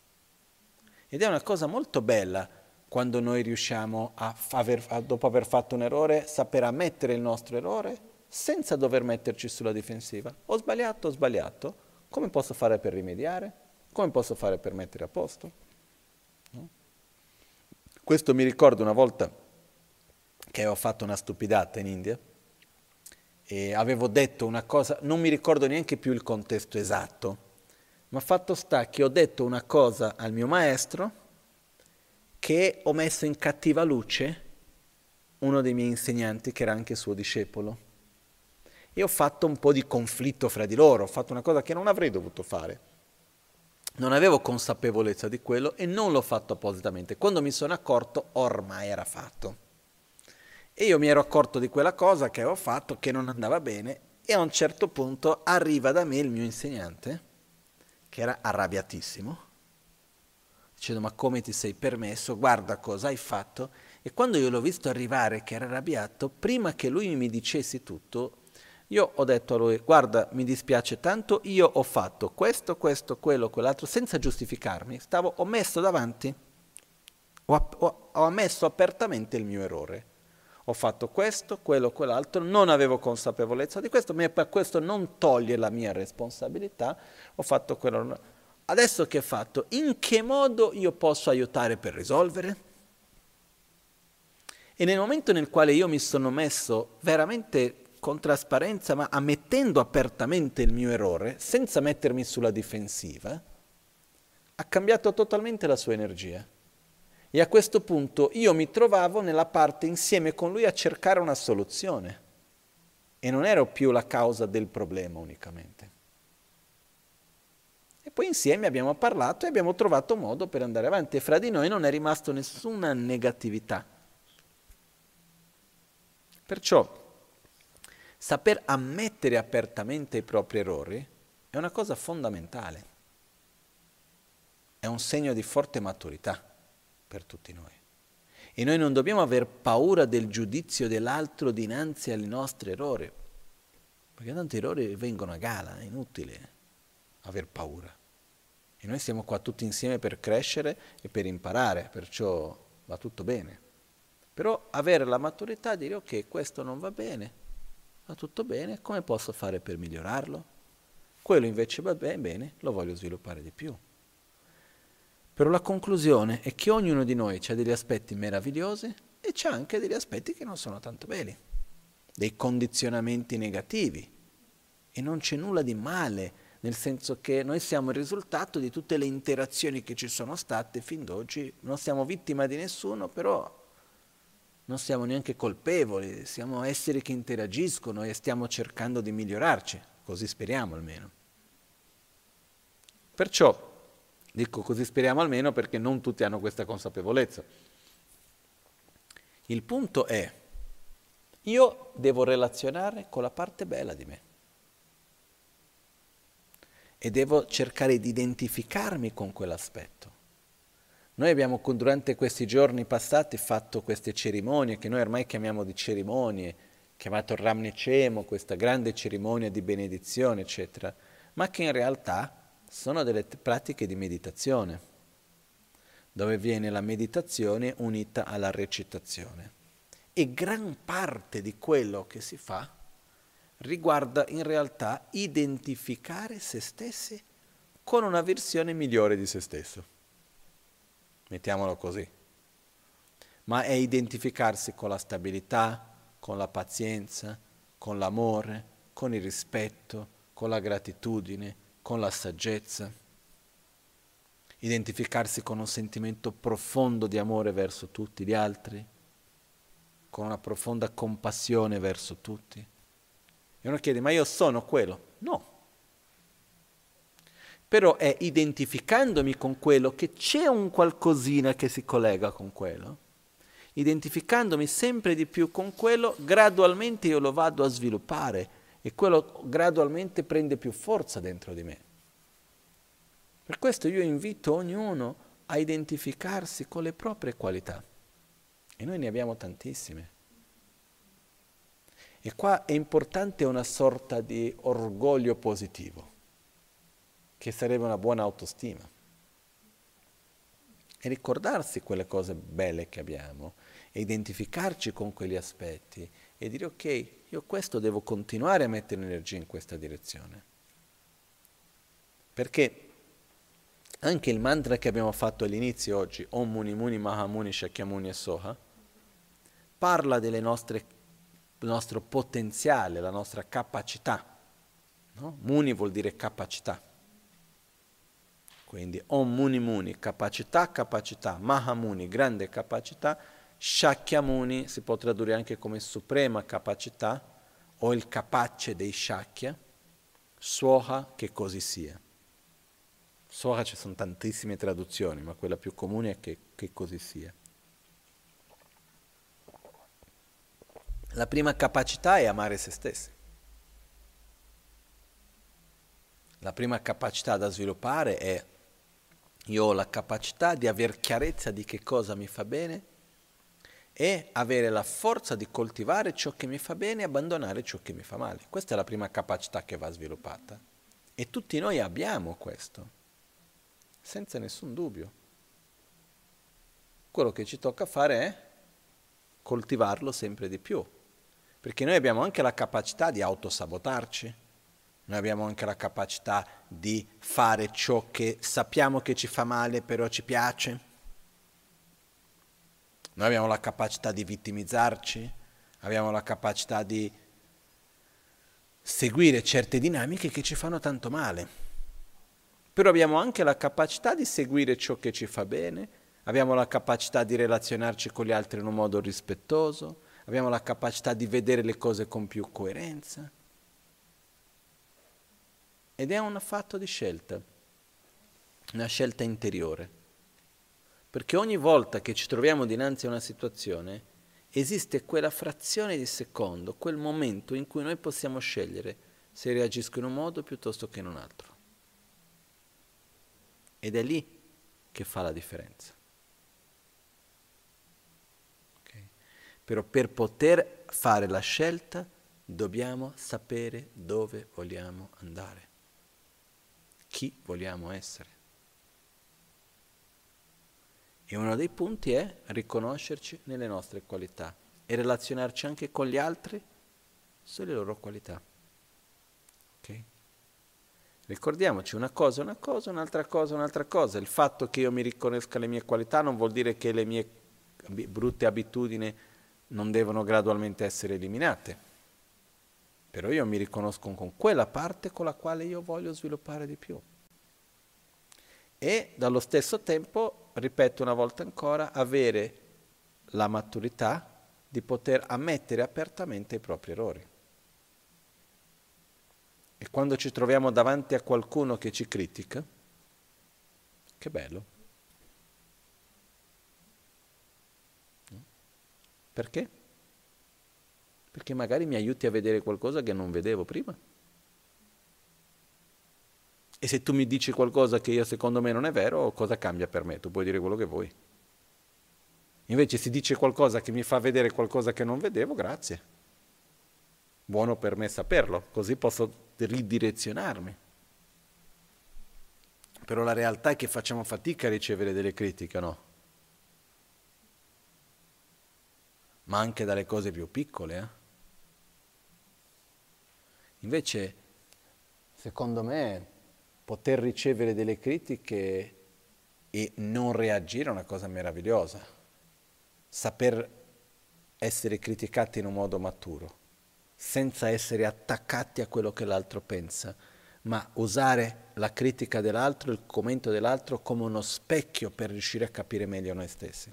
Ed è una cosa molto bella quando noi riusciamo dopo aver fatto un errore, saper ammettere il nostro errore senza dover metterci sulla difensiva. Ho sbagliato, come posso fare per rimediare? Come posso fare per mettere a posto? No? Questo mi ricordo una volta che avevo fatto una stupidata in India e avevo detto una cosa, non mi ricordo neanche più il contesto esatto, ma fatto sta che ho detto una cosa al mio maestro che ho messo in cattiva luce uno dei miei insegnanti che era anche suo discepolo. E ho fatto un po' di conflitto fra di loro, ho fatto una cosa che non avrei dovuto fare. Non avevo consapevolezza di quello e non l'ho fatto appositamente. Quando mi sono accorto, ormai era fatto. E io mi ero accorto di quella cosa che avevo fatto, che non andava bene, e a un certo punto arriva da me il mio insegnante, che era arrabbiatissimo, dicendo ma come ti sei permesso, guarda cosa hai fatto. E quando io l'ho visto arrivare che era arrabbiato, prima che lui mi dicesse tutto, io ho detto a lui, guarda, mi dispiace tanto, io ho fatto questo, quello, quell'altro, senza giustificarmi, ho messo davanti, ho ammesso apertamente il mio errore. Ho fatto questo, quello, quell'altro, non avevo consapevolezza di questo, ma per questo non toglie la mia responsabilità, ho fatto quello. Adesso che ho fatto, in che modo io posso aiutare per risolvere? E nel momento nel quale io mi sono messo veramente con trasparenza, ma ammettendo apertamente il mio errore, senza mettermi sulla difensiva, ha cambiato totalmente la sua energia. E a questo punto io mi trovavo nella parte insieme con lui a cercare una soluzione. E non ero più la causa del problema unicamente. E poi insieme abbiamo parlato e abbiamo trovato modo per andare avanti. E fra di noi non è rimasto nessuna negatività. Perciò saper ammettere apertamente i propri errori è una cosa fondamentale. È un segno di forte maturità per tutti noi. E noi non dobbiamo aver paura del giudizio dell'altro dinanzi ai nostri errori, perché tanti errori vengono a gala, è inutile aver paura. E noi siamo qua tutti insieme per crescere e per imparare, perciò va tutto bene. Però avere la maturità di dire ok, questo non va bene, va tutto bene, come posso fare per migliorarlo? Quello invece va bene, lo voglio sviluppare di più. Però la conclusione è che ognuno di noi ha degli aspetti meravigliosi e c'ha anche degli aspetti che non sono tanto belli, dei condizionamenti negativi. E non c'è nulla di male, nel senso che noi siamo il risultato di tutte le interazioni che ci sono state fin d'oggi, non siamo vittima di nessuno, però non siamo neanche colpevoli, siamo esseri che interagiscono e stiamo cercando di migliorarci, così speriamo almeno. Perciò, dico così speriamo almeno perché non tutti hanno questa consapevolezza. Il punto è, io devo relazionare con la parte bella di me e devo cercare di identificarmi con quell'aspetto. Noi abbiamo durante questi giorni passati fatto queste cerimonie, che noi ormai chiamiamo di cerimonie, chiamato Ram Necemo, questa grande cerimonia di benedizione, eccetera, ma che in realtà sono delle pratiche di meditazione, dove viene la meditazione unita alla recitazione. E gran parte di quello che si fa riguarda in realtà identificare se stessi con una versione migliore di se stesso. Mettiamolo così. Ma è identificarsi con la stabilità, con la pazienza, con l'amore, con il rispetto, con la gratitudine, con la saggezza. Identificarsi con un sentimento profondo di amore verso tutti gli altri, con una profonda compassione verso tutti. E uno chiede, ma io sono quello? No. Però è identificandomi con quello che c'è un qualcosina che si collega con quello. Identificandomi sempre di più con quello, gradualmente io lo vado a sviluppare e quello gradualmente prende più forza dentro di me. Per questo io invito ognuno a identificarsi con le proprie qualità. E noi ne abbiamo tantissime. E qua è importante una sorta di orgoglio positivo, che sarebbe una buona autostima. E ricordarsi quelle cose belle che abbiamo, e identificarci con quegli aspetti, e dire ok, io questo devo continuare a mettere energia in questa direzione. Perché anche il mantra che abbiamo fatto all'inizio oggi, Om Muni Muni Mahamuni Shakyamuni e Soha, parla del nostro potenziale, la nostra capacità. No? Muni vuol dire capacità. Quindi Om Muni Muni, capacità, capacità, Mahamuni, grande capacità, Shakyamuni si può tradurre anche come suprema capacità o il capace dei Shakya, Soha, che così sia. Soha ci sono tantissime traduzioni, ma quella più comune è che così sia. La prima capacità è amare se stessi. La prima capacità da sviluppare è io ho la capacità di aver chiarezza di che cosa mi fa bene e avere la forza di coltivare ciò che mi fa bene e abbandonare ciò che mi fa male. Questa è la prima capacità che va sviluppata. E tutti noi abbiamo questo, senza nessun dubbio. Quello che ci tocca fare è coltivarlo sempre di più, perché noi abbiamo anche la capacità di autosabotarci. Noi abbiamo anche la capacità di fare ciò che sappiamo che ci fa male, però ci piace. Noi abbiamo la capacità di vittimizzarci, abbiamo la capacità di seguire certe dinamiche che ci fanno tanto male. Però abbiamo anche la capacità di seguire ciò che ci fa bene, abbiamo la capacità di relazionarci con gli altri in un modo rispettoso, abbiamo la capacità di vedere le cose con più coerenza. Ed è un fatto di scelta, una scelta interiore. Perché ogni volta che ci troviamo dinanzi a una situazione, esiste quella frazione di secondo, quel momento in cui noi possiamo scegliere se reagisco in un modo piuttosto che in un altro. Ed è lì che fa la differenza. Okay? Però per poter fare la scelta dobbiamo sapere dove vogliamo andare. Chi vogliamo essere. E uno dei punti è riconoscerci nelle nostre qualità e relazionarci anche con gli altri sulle loro qualità. Ok? Ricordiamoci una cosa, un'altra cosa, un'altra cosa. Il fatto che io mi riconosca le mie qualità non vuol dire che le mie brutte abitudini non devono gradualmente essere eliminate. Però io mi riconosco con quella parte con la quale io voglio sviluppare di più. E dallo stesso tempo, ripeto una volta ancora, avere la maturità di poter ammettere apertamente i propri errori. E quando ci troviamo davanti a qualcuno che ci critica, che bello. Perché? Perché magari mi aiuti a vedere qualcosa che non vedevo prima. E se tu mi dici qualcosa che io secondo me non è vero, cosa cambia per me? Tu puoi dire quello che vuoi. Invece si dice qualcosa che mi fa vedere qualcosa che non vedevo, grazie. Buono per me saperlo, così posso ridirezionarmi. Però la realtà è che facciamo fatica a ricevere delle critiche, no? Ma anche dalle cose più piccole, eh? Invece, secondo me, poter ricevere delle critiche e non reagire è una cosa meravigliosa. Saper essere criticati in un modo maturo, senza essere attaccati a quello che l'altro pensa, ma usare la critica dell'altro, il commento dell'altro come uno specchio per riuscire a capire meglio noi stessi.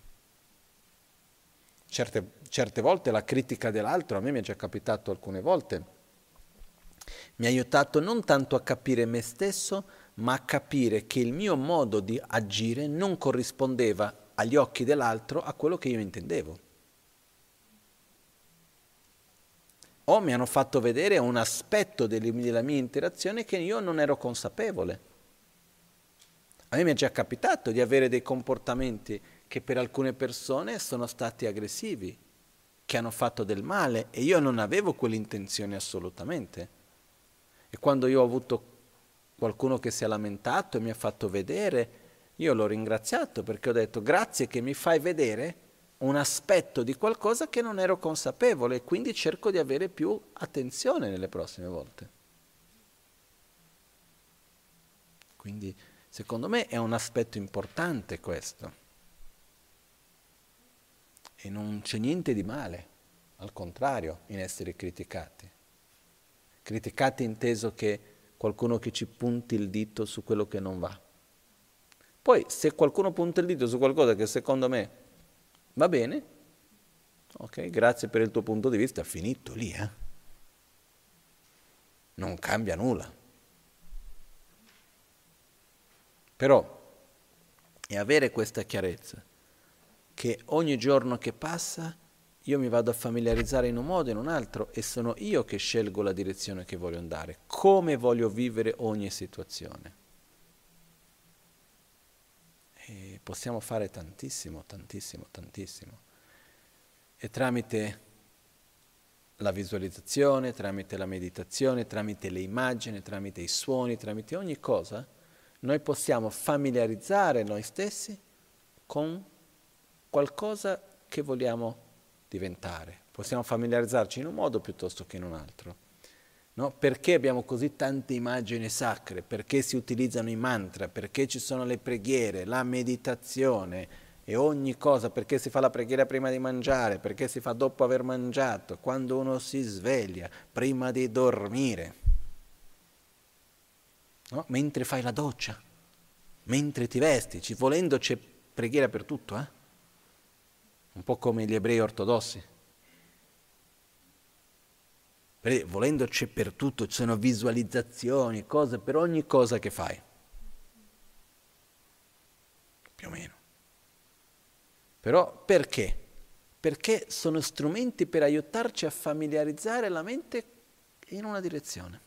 Certe volte la critica dell'altro, a me mi è già capitato alcune volte, mi ha aiutato non tanto a capire me stesso, ma a capire che il mio modo di agire non corrispondeva agli occhi dell'altro a quello che io intendevo. O mi hanno fatto vedere un aspetto della mia interazione che io non ero consapevole. A me mi è già capitato di avere dei comportamenti che per alcune persone sono stati aggressivi, che hanno fatto del male e io non avevo quell'intenzione assolutamente. E quando io ho avuto qualcuno che si è lamentato e mi ha fatto vedere, io l'ho ringraziato perché ho detto grazie che mi fai vedere un aspetto di qualcosa che non ero consapevole e quindi cerco di avere più attenzione nelle prossime volte. Quindi secondo me è un aspetto importante questo e non c'è niente di male, al contrario, in essere criticati. Criticati inteso che qualcuno che ci punti il dito su quello che non va. Poi se qualcuno punta il dito su qualcosa che secondo me va bene, ok, grazie per il tuo punto di vista, finito lì, non cambia nulla. Però è avere questa chiarezza, che ogni giorno che passa io mi vado a familiarizzare in un modo e in un altro e sono io che scelgo la direzione che voglio andare, come voglio vivere ogni situazione. E possiamo fare tantissimo, tantissimo, tantissimo. E tramite la visualizzazione, tramite la meditazione, tramite le immagini, tramite i suoni, tramite ogni cosa, noi possiamo familiarizzare noi stessi con qualcosa che vogliamo diventare. Possiamo familiarizzarci in un modo piuttosto che in un altro. No? Perché abbiamo così tante immagini sacre? Perché si utilizzano i mantra? Perché ci sono le preghiere, la meditazione e ogni cosa? Perché si fa la preghiera prima di mangiare? Perché si fa dopo aver mangiato? Quando uno si sveglia? Prima di dormire? No? Mentre fai la doccia? Mentre ti vesti? Volendo c'è preghiera per tutto, Un po' come gli ebrei ortodossi. Volendo c'è per tutto, ci sono visualizzazioni, cose per ogni cosa che fai. Più o meno. Però perché? Perché sono strumenti per aiutarci a familiarizzare la mente in una direzione.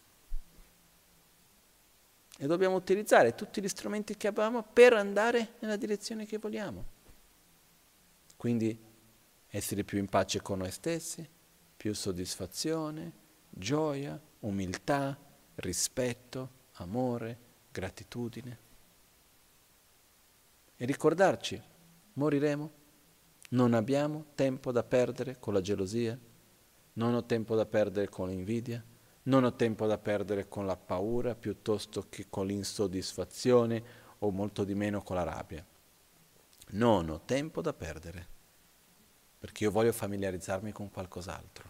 E dobbiamo utilizzare tutti gli strumenti che abbiamo per andare nella direzione che vogliamo. Quindi essere più in pace con noi stessi, più soddisfazione, gioia, umiltà, rispetto, amore, gratitudine. E ricordarci, moriremo, non abbiamo tempo da perdere con la gelosia, non ho tempo da perdere con l'invidia, non ho tempo da perdere con la paura piuttosto che con l'insoddisfazione o molto di meno con la rabbia. Non ho tempo da perdere, perché io voglio familiarizzarmi con qualcos'altro.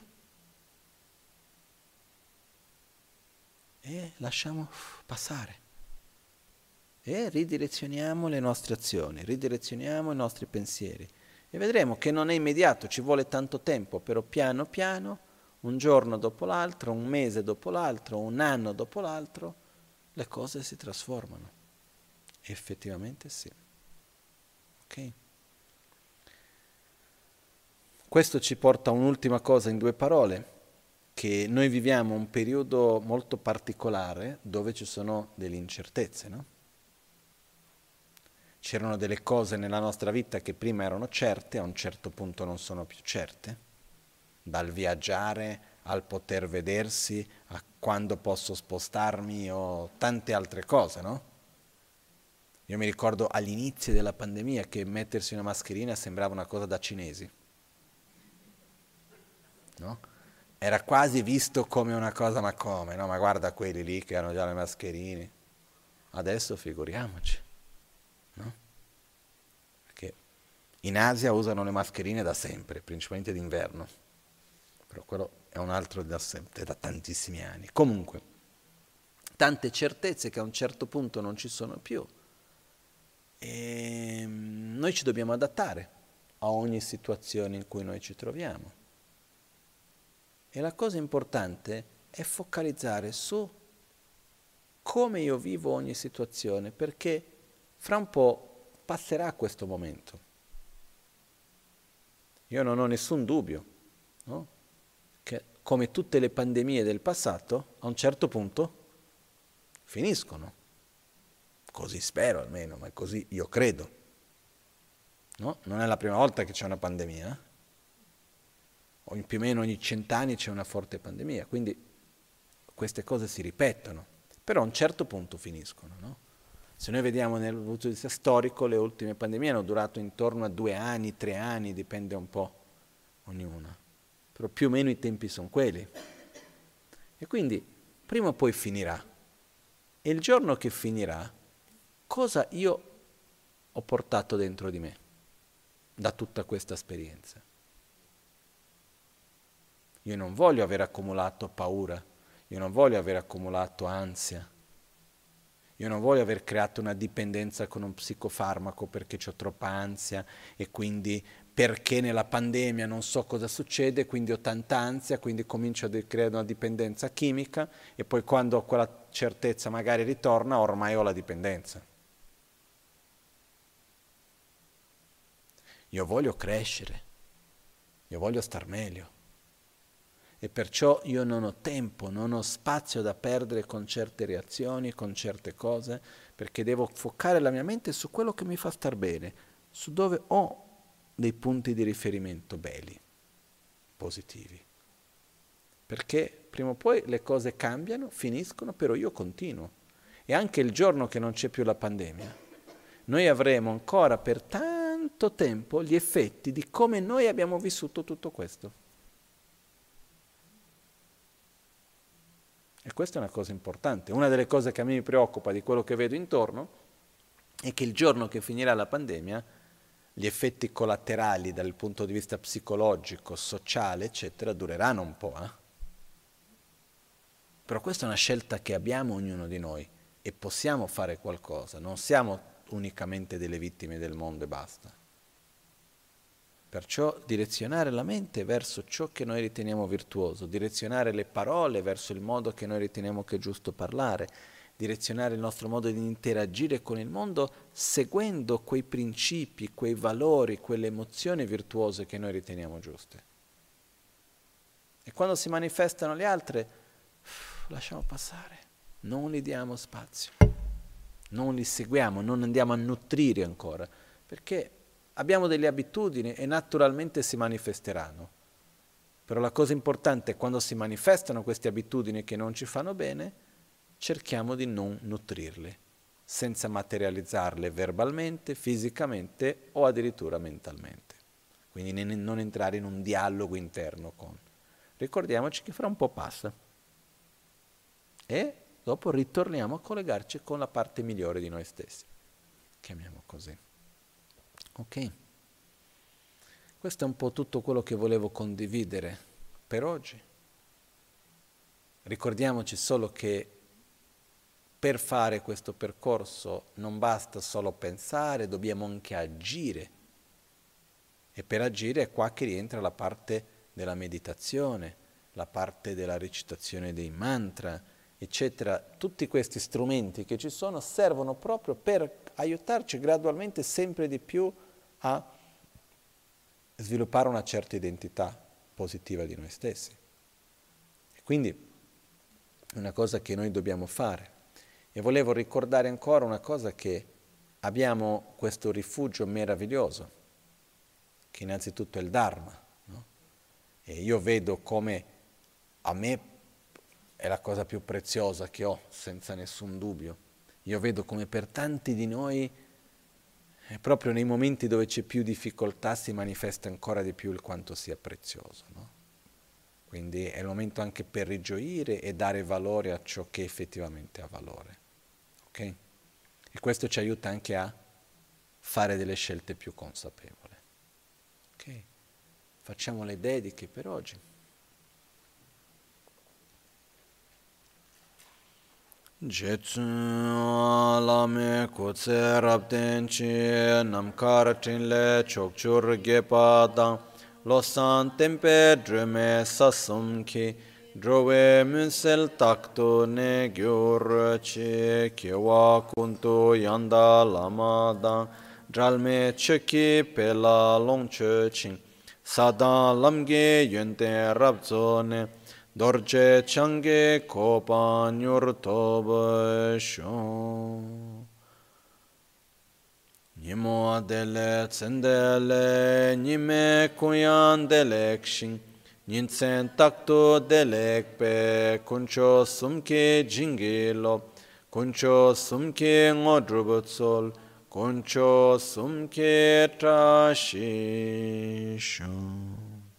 E lasciamo passare. E ridirezioniamo le nostre azioni, ridirezioniamo i nostri pensieri. E vedremo che non è immediato, ci vuole tanto tempo, però piano piano, un giorno dopo l'altro, un mese dopo l'altro, un anno dopo l'altro, le cose si trasformano. Effettivamente sì. Ok? Questo ci porta a un'ultima cosa in 2 parole, che noi viviamo un periodo molto particolare dove ci sono delle incertezze, no? C'erano delle cose nella nostra vita che prima erano certe, a un certo punto non sono più certe, dal viaggiare al poter vedersi, a quando posso spostarmi o tante altre cose, no? Io mi ricordo all'inizio della pandemia che mettersi una mascherina sembrava una cosa da cinesi, no? Era quasi visto come una cosa, ma come? No, ma guarda quelli lì che hanno già le mascherine. Adesso figuriamoci, no? Perché in Asia usano le mascherine da sempre, principalmente d'inverno. Però quello è un altro da sempre, da tantissimi anni. Comunque, tante certezze che a un certo punto non ci sono più. E noi ci dobbiamo adattare a ogni situazione in cui noi ci troviamo. E la cosa importante è focalizzare su come io vivo ogni situazione, perché fra un po' passerà questo momento. Io non ho nessun dubbio, no? Che come tutte le pandemie del passato, a un certo punto finiscono. Così spero almeno, ma così io credo. No? Non è la prima volta che c'è una pandemia. Più o meno ogni 100 anni c'è una forte pandemia, quindi queste cose si ripetono, però a un certo punto finiscono. No? Se noi vediamo nel punto di vista storico, le ultime pandemie hanno durato intorno a 2 anni, 3 anni, dipende un po' ognuna. Però più o meno i tempi sono quelli. E quindi prima o poi finirà. E il giorno che finirà, cosa io ho portato dentro di me da tutta questa esperienza? Io non voglio aver accumulato paura, io non voglio aver accumulato ansia, io non voglio aver creato una dipendenza con un psicofarmaco perché ho troppa ansia e quindi perché nella pandemia non so cosa succede, quindi ho tanta ansia, quindi comincio a creare una dipendenza chimica e poi quando quella certezza magari ritorna ormai ho la dipendenza. Io voglio crescere, io voglio star meglio. E perciò io non ho tempo, non ho spazio da perdere con certe reazioni, con certe cose, perché devo focare la mia mente su quello che mi fa star bene, su dove ho dei punti di riferimento belli, positivi. Perché prima o poi le cose cambiano, finiscono, però io continuo. E anche il giorno che non c'è più la pandemia, noi avremo ancora per tanto tempo gli effetti di come noi abbiamo vissuto tutto questo. E questa è una cosa importante. Una delle cose che a me mi preoccupa di quello che vedo intorno è che il giorno che finirà la pandemia, gli effetti collaterali dal punto di vista psicologico, sociale, eccetera, dureranno un po'. Però questa è una scelta che abbiamo ognuno di noi e possiamo fare qualcosa. Non siamo unicamente delle vittime del mondo e basta. Perciò direzionare la mente verso ciò che noi riteniamo virtuoso, direzionare le parole verso il modo che noi riteniamo che è giusto parlare, direzionare il nostro modo di interagire con il mondo seguendo quei principi, quei valori, quelle emozioni virtuose che noi riteniamo giuste. E quando si manifestano le altre, lasciamo passare, non gli diamo spazio, non li seguiamo, non andiamo a nutrire ancora, perché abbiamo delle abitudini e naturalmente si manifesteranno. Però la cosa importante è quando si manifestano queste abitudini che non ci fanno bene, cerchiamo di non nutrirle, senza materializzarle verbalmente, fisicamente o addirittura mentalmente. Quindi non entrare in un dialogo interno con. Ricordiamoci che fra un po' passa. E dopo ritorniamo a collegarci con la parte migliore di noi stessi. Chiamiamo così. Ok, questo è un po' tutto quello che volevo condividere per oggi. Ricordiamoci solo che per fare questo percorso non basta solo pensare, dobbiamo anche agire. E per agire è qua che rientra la parte della meditazione, la parte della recitazione dei mantra, eccetera. Tutti questi strumenti che ci sono servono proprio per aiutarci gradualmente sempre di più a sviluppare una certa identità positiva di noi stessi. E quindi è una cosa che noi dobbiamo fare. E volevo ricordare ancora una cosa, che abbiamo questo rifugio meraviglioso, che innanzitutto è il Dharma. No? E io vedo come a me è la cosa più preziosa che ho, senza nessun dubbio. Io vedo come per tanti di noi, proprio nei momenti dove c'è più difficoltà si manifesta ancora di più il quanto sia prezioso, no? Quindi è il momento anche per rigioire e dare valore a ciò che effettivamente ha valore. Ok? E questo ci aiuta anche a fare delle scelte più consapevoli. Ok? Facciamo le dediche per oggi.
Jetsun lame kutse rabden chi namkar chinle chokchur gepa dang losan tempe drume sasum ki drove munsel takto ne gyur chi kewa kuntu yanda lama dang dralme cheki pela longche ching sadan lamge yunten rabzo ne dorje change kopa nyur toba shon. Nimo dele tsendele nime kuyan delek shin. Ninsen takto delek pe kuncho sumke jingilo. Kuncho sumke ngodrubutsol. Kuncho sumke trashishon.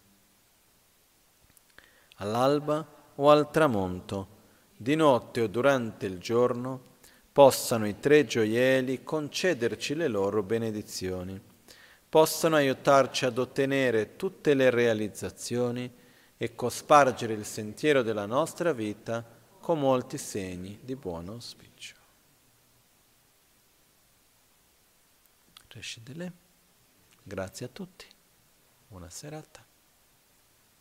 All'alba o al tramonto, di notte o durante il giorno, possano i tre gioielli concederci le loro benedizioni, possano aiutarci ad ottenere tutte le realizzazioni e cospargere il sentiero della nostra vita con molti segni di buon auspicio. Grazie a tutti, buona serata.